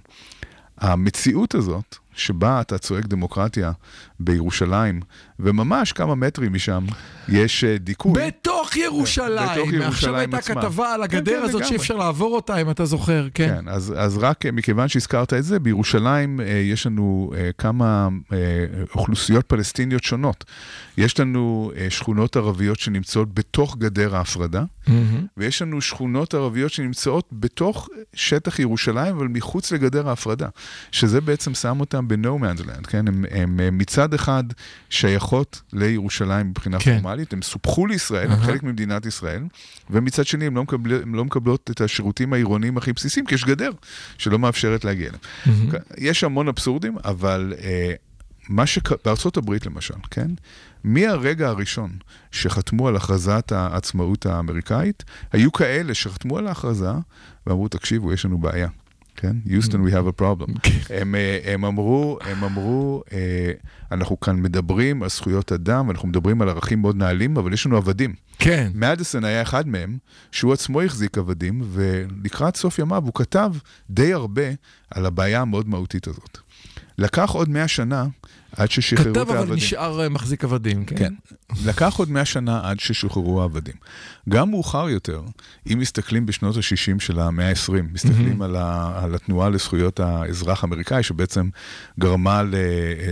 Speaker 5: המציאות הזאת, שבה אתה צועק דמוקרטיה בירושלים, וממש כמה מטרים משם, יש דיכוי.
Speaker 3: בתוך ירושלים. בתוך ירושלים עכשיו הייתה כתבה על הגדר הזאת שאפשר לעבור אותה, אם אתה זוכר. כן,
Speaker 5: כן אז, אז רק מכיוון שהזכרת את זה, בירושלים יש לנו כמה אוכלוסיות פלסטיניות שונות. יש לנו שכונות ערביות שנמצאות בתוך גדר ההפרדה, ויש לנו שכונות ערביות שנמצאות בתוך שטח ירושלים, אבל מחוץ לגדר ההפרדה, שזה בעצם שם אותם ב-No Man's Land, כן? הם, הם מצד אחד שייכות שייכות לירושלים מבחינה
Speaker 3: כן.
Speaker 5: פורמלית, הם סופחו לישראל, הם חלק ממדינת ישראל, ומצד שני הם לא, מקבל, הם לא מקבלות את השירותים העירוניים הכי בסיסיים, כי יש גדר שלא מאפשרת להגיע אליהם. יש המון אבסורדים, אבל אה, מה שבארצות הברית למשל, כן? מהרגע הראשון שחתמו על הכרזת העצמאות האמריקאית, היו כאלה שחתמו על ההכרזה, ואמרו, תקשיבו, יש לנו בעיה. כן? Houston, we have a problem. הם, הם אמרו, הם אמרו, אנחנו כאן מדברים על זכויות אדם, אנחנו מדברים על ערכים מאוד נעלים, אבל יש לנו עבדים.
Speaker 3: כן.
Speaker 5: מדיסון היה אחד מהם, שהוא עצמו החזיק עבדים, ולקראת סוף ימיו הוא כתב די הרבה על הבעיה המאוד מהותית הזאת. לקח עוד מאה שנה עד ששחררו את העבדים.
Speaker 3: כתב אבל נשאר מחזיק עבדים, כן?
Speaker 5: כן. לקח עוד מאה שנה עד ששוחררו העבדים. גם מאוחר יותר, אם מסתכלים בשנות ה-שישים של המאה ה-עשרים, מסתכלים על, ה, על התנועה לזכויות האזרח האמריקאי, שבעצם גרמה ל,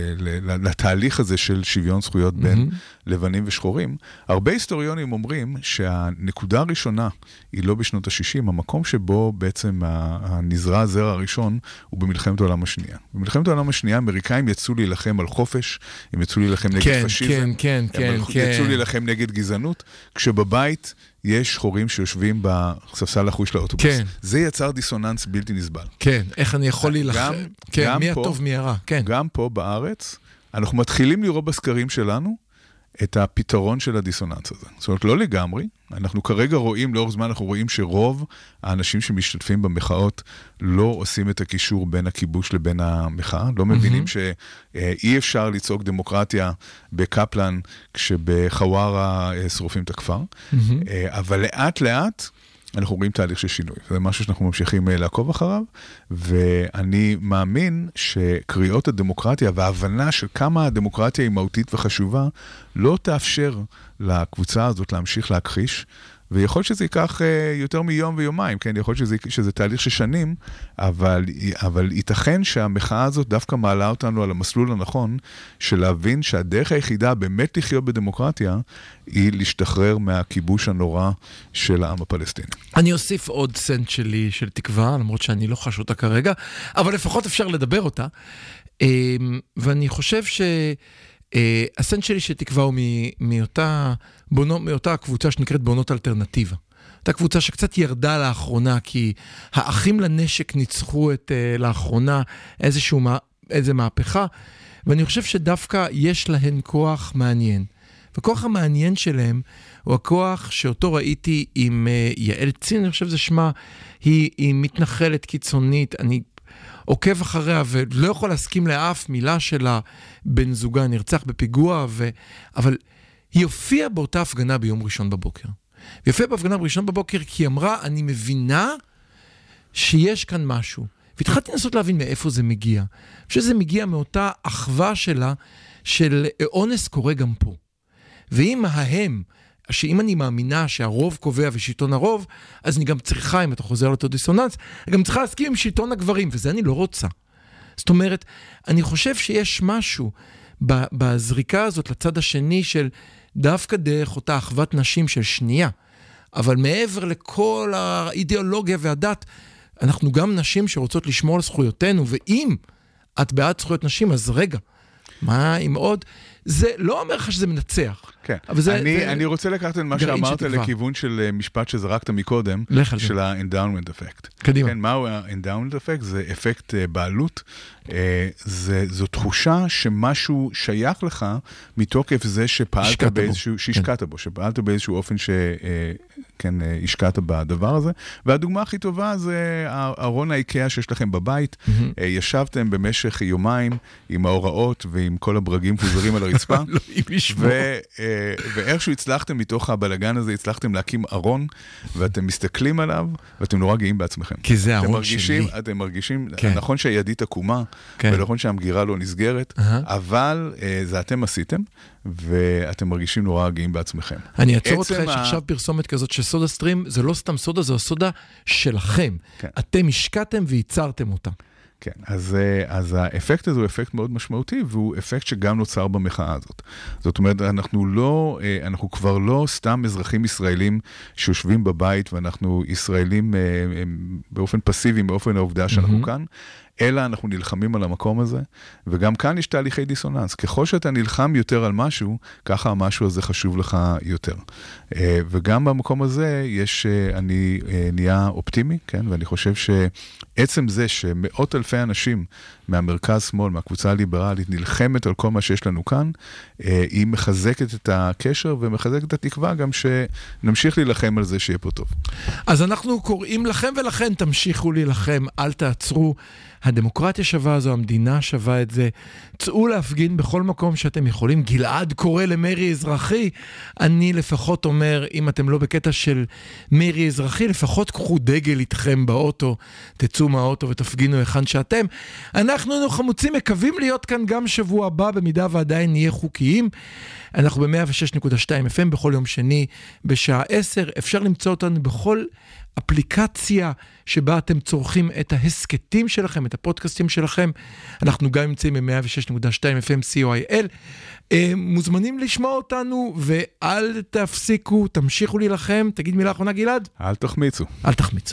Speaker 5: ל, לתהליך הזה של שוויון זכויות בין לבנים ושחורים, הרבה היסטוריונים אומרים שהנקודה הראשונה היא לא בשנות ה-שישים, המקום שבו בעצם הנזרע הזרע הראשון הוא במלחמת העולם השנייה. במלחמת העולם השנייה, האמריקאים יצאו להילחם על חופש, הם יצאו להילחם נגד
Speaker 3: כן,
Speaker 5: פשיזם,
Speaker 3: כן, כן, כן,
Speaker 5: הם
Speaker 3: כן.
Speaker 5: יצאו להילחם נגד גזענות, כשבבית יש שחורים שיושבים בספסל האחורי של האוטובוס.
Speaker 3: כן.
Speaker 5: זה יצר דיסוננס בלתי נסבל.
Speaker 3: כן, איך אני יכול להילחם?
Speaker 5: גם,
Speaker 3: כן,
Speaker 5: גם
Speaker 3: מי
Speaker 5: פה,
Speaker 3: הטוב מי הרע, כן.
Speaker 5: גם פה בארץ, אנחנו מתחילים לראות בסקרים שלנו את הפתרון של הדיסוננס הזה. זאת אומרת, לא לגמרי, אנחנו כרגע רואים, לאורך זמן אנחנו רואים שרוב האנשים שמשתתפים במחאות לא עושים את הקישור בין הכיבוש לבין המחאה, לא מבינים שאי אפשר ליצוק דמוקרטיה בקפלן כשבחווארה שרופים את הכפר, אבל לאט לאט אנחנו רואים תהליך של שינוי. זה משהו שאנחנו ממשיכים לעקוב אחריו, ואני מאמין שקריאות הדמוקרטיה וההבנה של כמה הדמוקרטיה היא מהותית וחשובה, לא תאפשר לקבוצה הזאת להמשיך להכחיש, ויכול שזה ייקח יותר מיום ויומיים, כן? יכול שזה, שזה תהליך של שנים, אבל, אבל ייתכן שהמחאה הזאת דווקא מעלה אותנו על המסלול הנכון, של להבין שהדרך היחידה באמת לחיות בדמוקרטיה, היא להשתחרר מהכיבוש הנורא של העם הפלסטיני.
Speaker 3: אני אוסיף עוד סנט שלי של תקווה, למרות שאני לא חש אותה כרגע, אבל לפחות אפשר לדבר אותה, ואני חושב ש... Uh, הסנט שלי שתקווה הוא מאותה, בונו, מאותה קבוצה שנקראת בונות אלטרנטיבה. אותה קבוצה שקצת ירדה לאחרונה, כי האחים לנשק ניצחו את uh, לאחרונה איזשהו, איזו מהפכה, ואני חושב שדווקא יש להן כוח מעניין. וכוח המעניין שלהם הוא הכוח שאותו ראיתי עם uh, יעל צין, אני חושב זה שמה, היא, היא מתנחלת קיצונית, אני... עוקב אחריה ולא יכול להסכים לאף מילה שלה, בן זוגה נרצח בפיגוע, ו... אבל היא הופיעה באותה הפגנה ביום ראשון בבוקר. היא הופיעה בהפגנה בראשון בבוקר כי היא אמרה, אני מבינה שיש כאן משהו. והתחלתי לנסות להבין מאיפה זה מגיע. שזה מגיע מאותה אחווה שלה, של אונס קורה גם פה. ואם ההם, שאם אני מאמינה שהרוב קובע ושלטון הרוב, אז אני גם צריכה, אם אתה חוזר לאותו דיסוננס, אני גם צריכה להסכים עם שלטון הגברים, וזה אני לא רוצה. זאת אומרת, אני חושב שיש משהו בזריקה הזאת לצד השני של דווקא דרך אותה אחוות נשים של שנייה, אבל מעבר לכל האידיאולוגיה והדת, אנחנו גם נשים שרוצות לשמור על זכויותינו, ואם את בעד זכויות נשים, אז רגע, מה אם עוד? זה לא אומר לך שזה מנצח.
Speaker 5: כן.
Speaker 3: אבל זה,
Speaker 5: אני,
Speaker 3: זה
Speaker 5: אני רוצה לקחת את מה שאמרת לכיוון של משפט שזרקת מקודם, של ה-endowment effect.
Speaker 3: קדימה.
Speaker 5: כן, מהו ה-endowment effect? זה אפקט בעלות. זה, זו תחושה שמשהו שייך לך מתוקף זה שפעלת באיזשהו, שהשקעת בו, שפעלת באיזשהו אופן ש... כן, השקעת בדבר הזה. והדוגמה הכי טובה זה הארון האיקאה שיש לכם בבית. ישבתם במשך יומיים עם ההוראות ועם כל הברגים פוזרים על הרצפה. ואיכשהו הצלחתם מתוך הבלגן הזה, הצלחתם להקים ארון, ואתם מסתכלים עליו, ואתם נורא גאים בעצמכם.
Speaker 3: כי זה הארון שלי.
Speaker 5: אתם מרגישים, נכון שהידית עקומה, ונכון שהמגירה לא נסגרת, אבל זה אתם עשיתם, ואתם מרגישים נורא גאים בעצמכם.
Speaker 3: אני אעצור אותך, יש עכשיו פרסומת כזאת שסודה סטרים, זה לא סתם סודה, זה הסודה שלכם. אתם השקעתם וייצרתם אותה.
Speaker 5: כן, אז, אז האפקט הזה הוא אפקט מאוד משמעותי, והוא אפקט שגם נוצר במחאה הזאת. זאת אומרת, אנחנו לא, אנחנו כבר לא סתם אזרחים ישראלים שיושבים בבית, ואנחנו ישראלים באופן פסיבי, באופן העובדה שאנחנו כאן, אלא אנחנו נלחמים על המקום הזה, וגם כאן יש תהליכי דיסוננס. ככל שאתה נלחם יותר על משהו, ככה המשהו הזה חשוב לך יותר. וגם במקום הזה יש, אני נהיה אופטימי, כן? ואני חושב שעצם זה שמאות אלפי אנשים מהמרכז שמאל, מהקבוצה הליברלית, נלחמת על כל מה שיש לנו כאן, היא מחזקת את הקשר ומחזקת את התקווה גם שנמשיך להילחם על זה שיהיה פה טוב.
Speaker 3: אז אנחנו קוראים לכם ולכן תמשיכו להילחם, אל תעצרו. הדמוקרטיה שווה זו, המדינה שווה את זה. צאו להפגין בכל מקום שאתם יכולים. גלעד קורא למרי אזרחי. אני לפחות אומר, אם אתם לא בקטע של מרי אזרחי, לפחות קחו דגל איתכם באוטו, תצאו מהאוטו ותפגינו היכן שאתם. אנחנו חמוצים, מקווים להיות כאן גם שבוע הבא, במידה ועדיין נהיה חוקיים. אנחנו ב-מאה ושש נקודה שתיים אף אם בכל יום שני בשעה עשר. אפשר למצוא אותנו בכל אפליקציה שבה אתם צורכים את ההסקטים שלכם, את הפודקאסטים שלכם. אנחנו גם נמצאים ב-מאה ושש נקודה שתיים אף אם סי או איי אל. מוזמנים לשמוע אותנו, ואל תפסיקו, תמשיכו להילחם. תגיד מילה אחרונה, גלעד.
Speaker 5: אל תחמיצו.
Speaker 3: אל תחמיצו.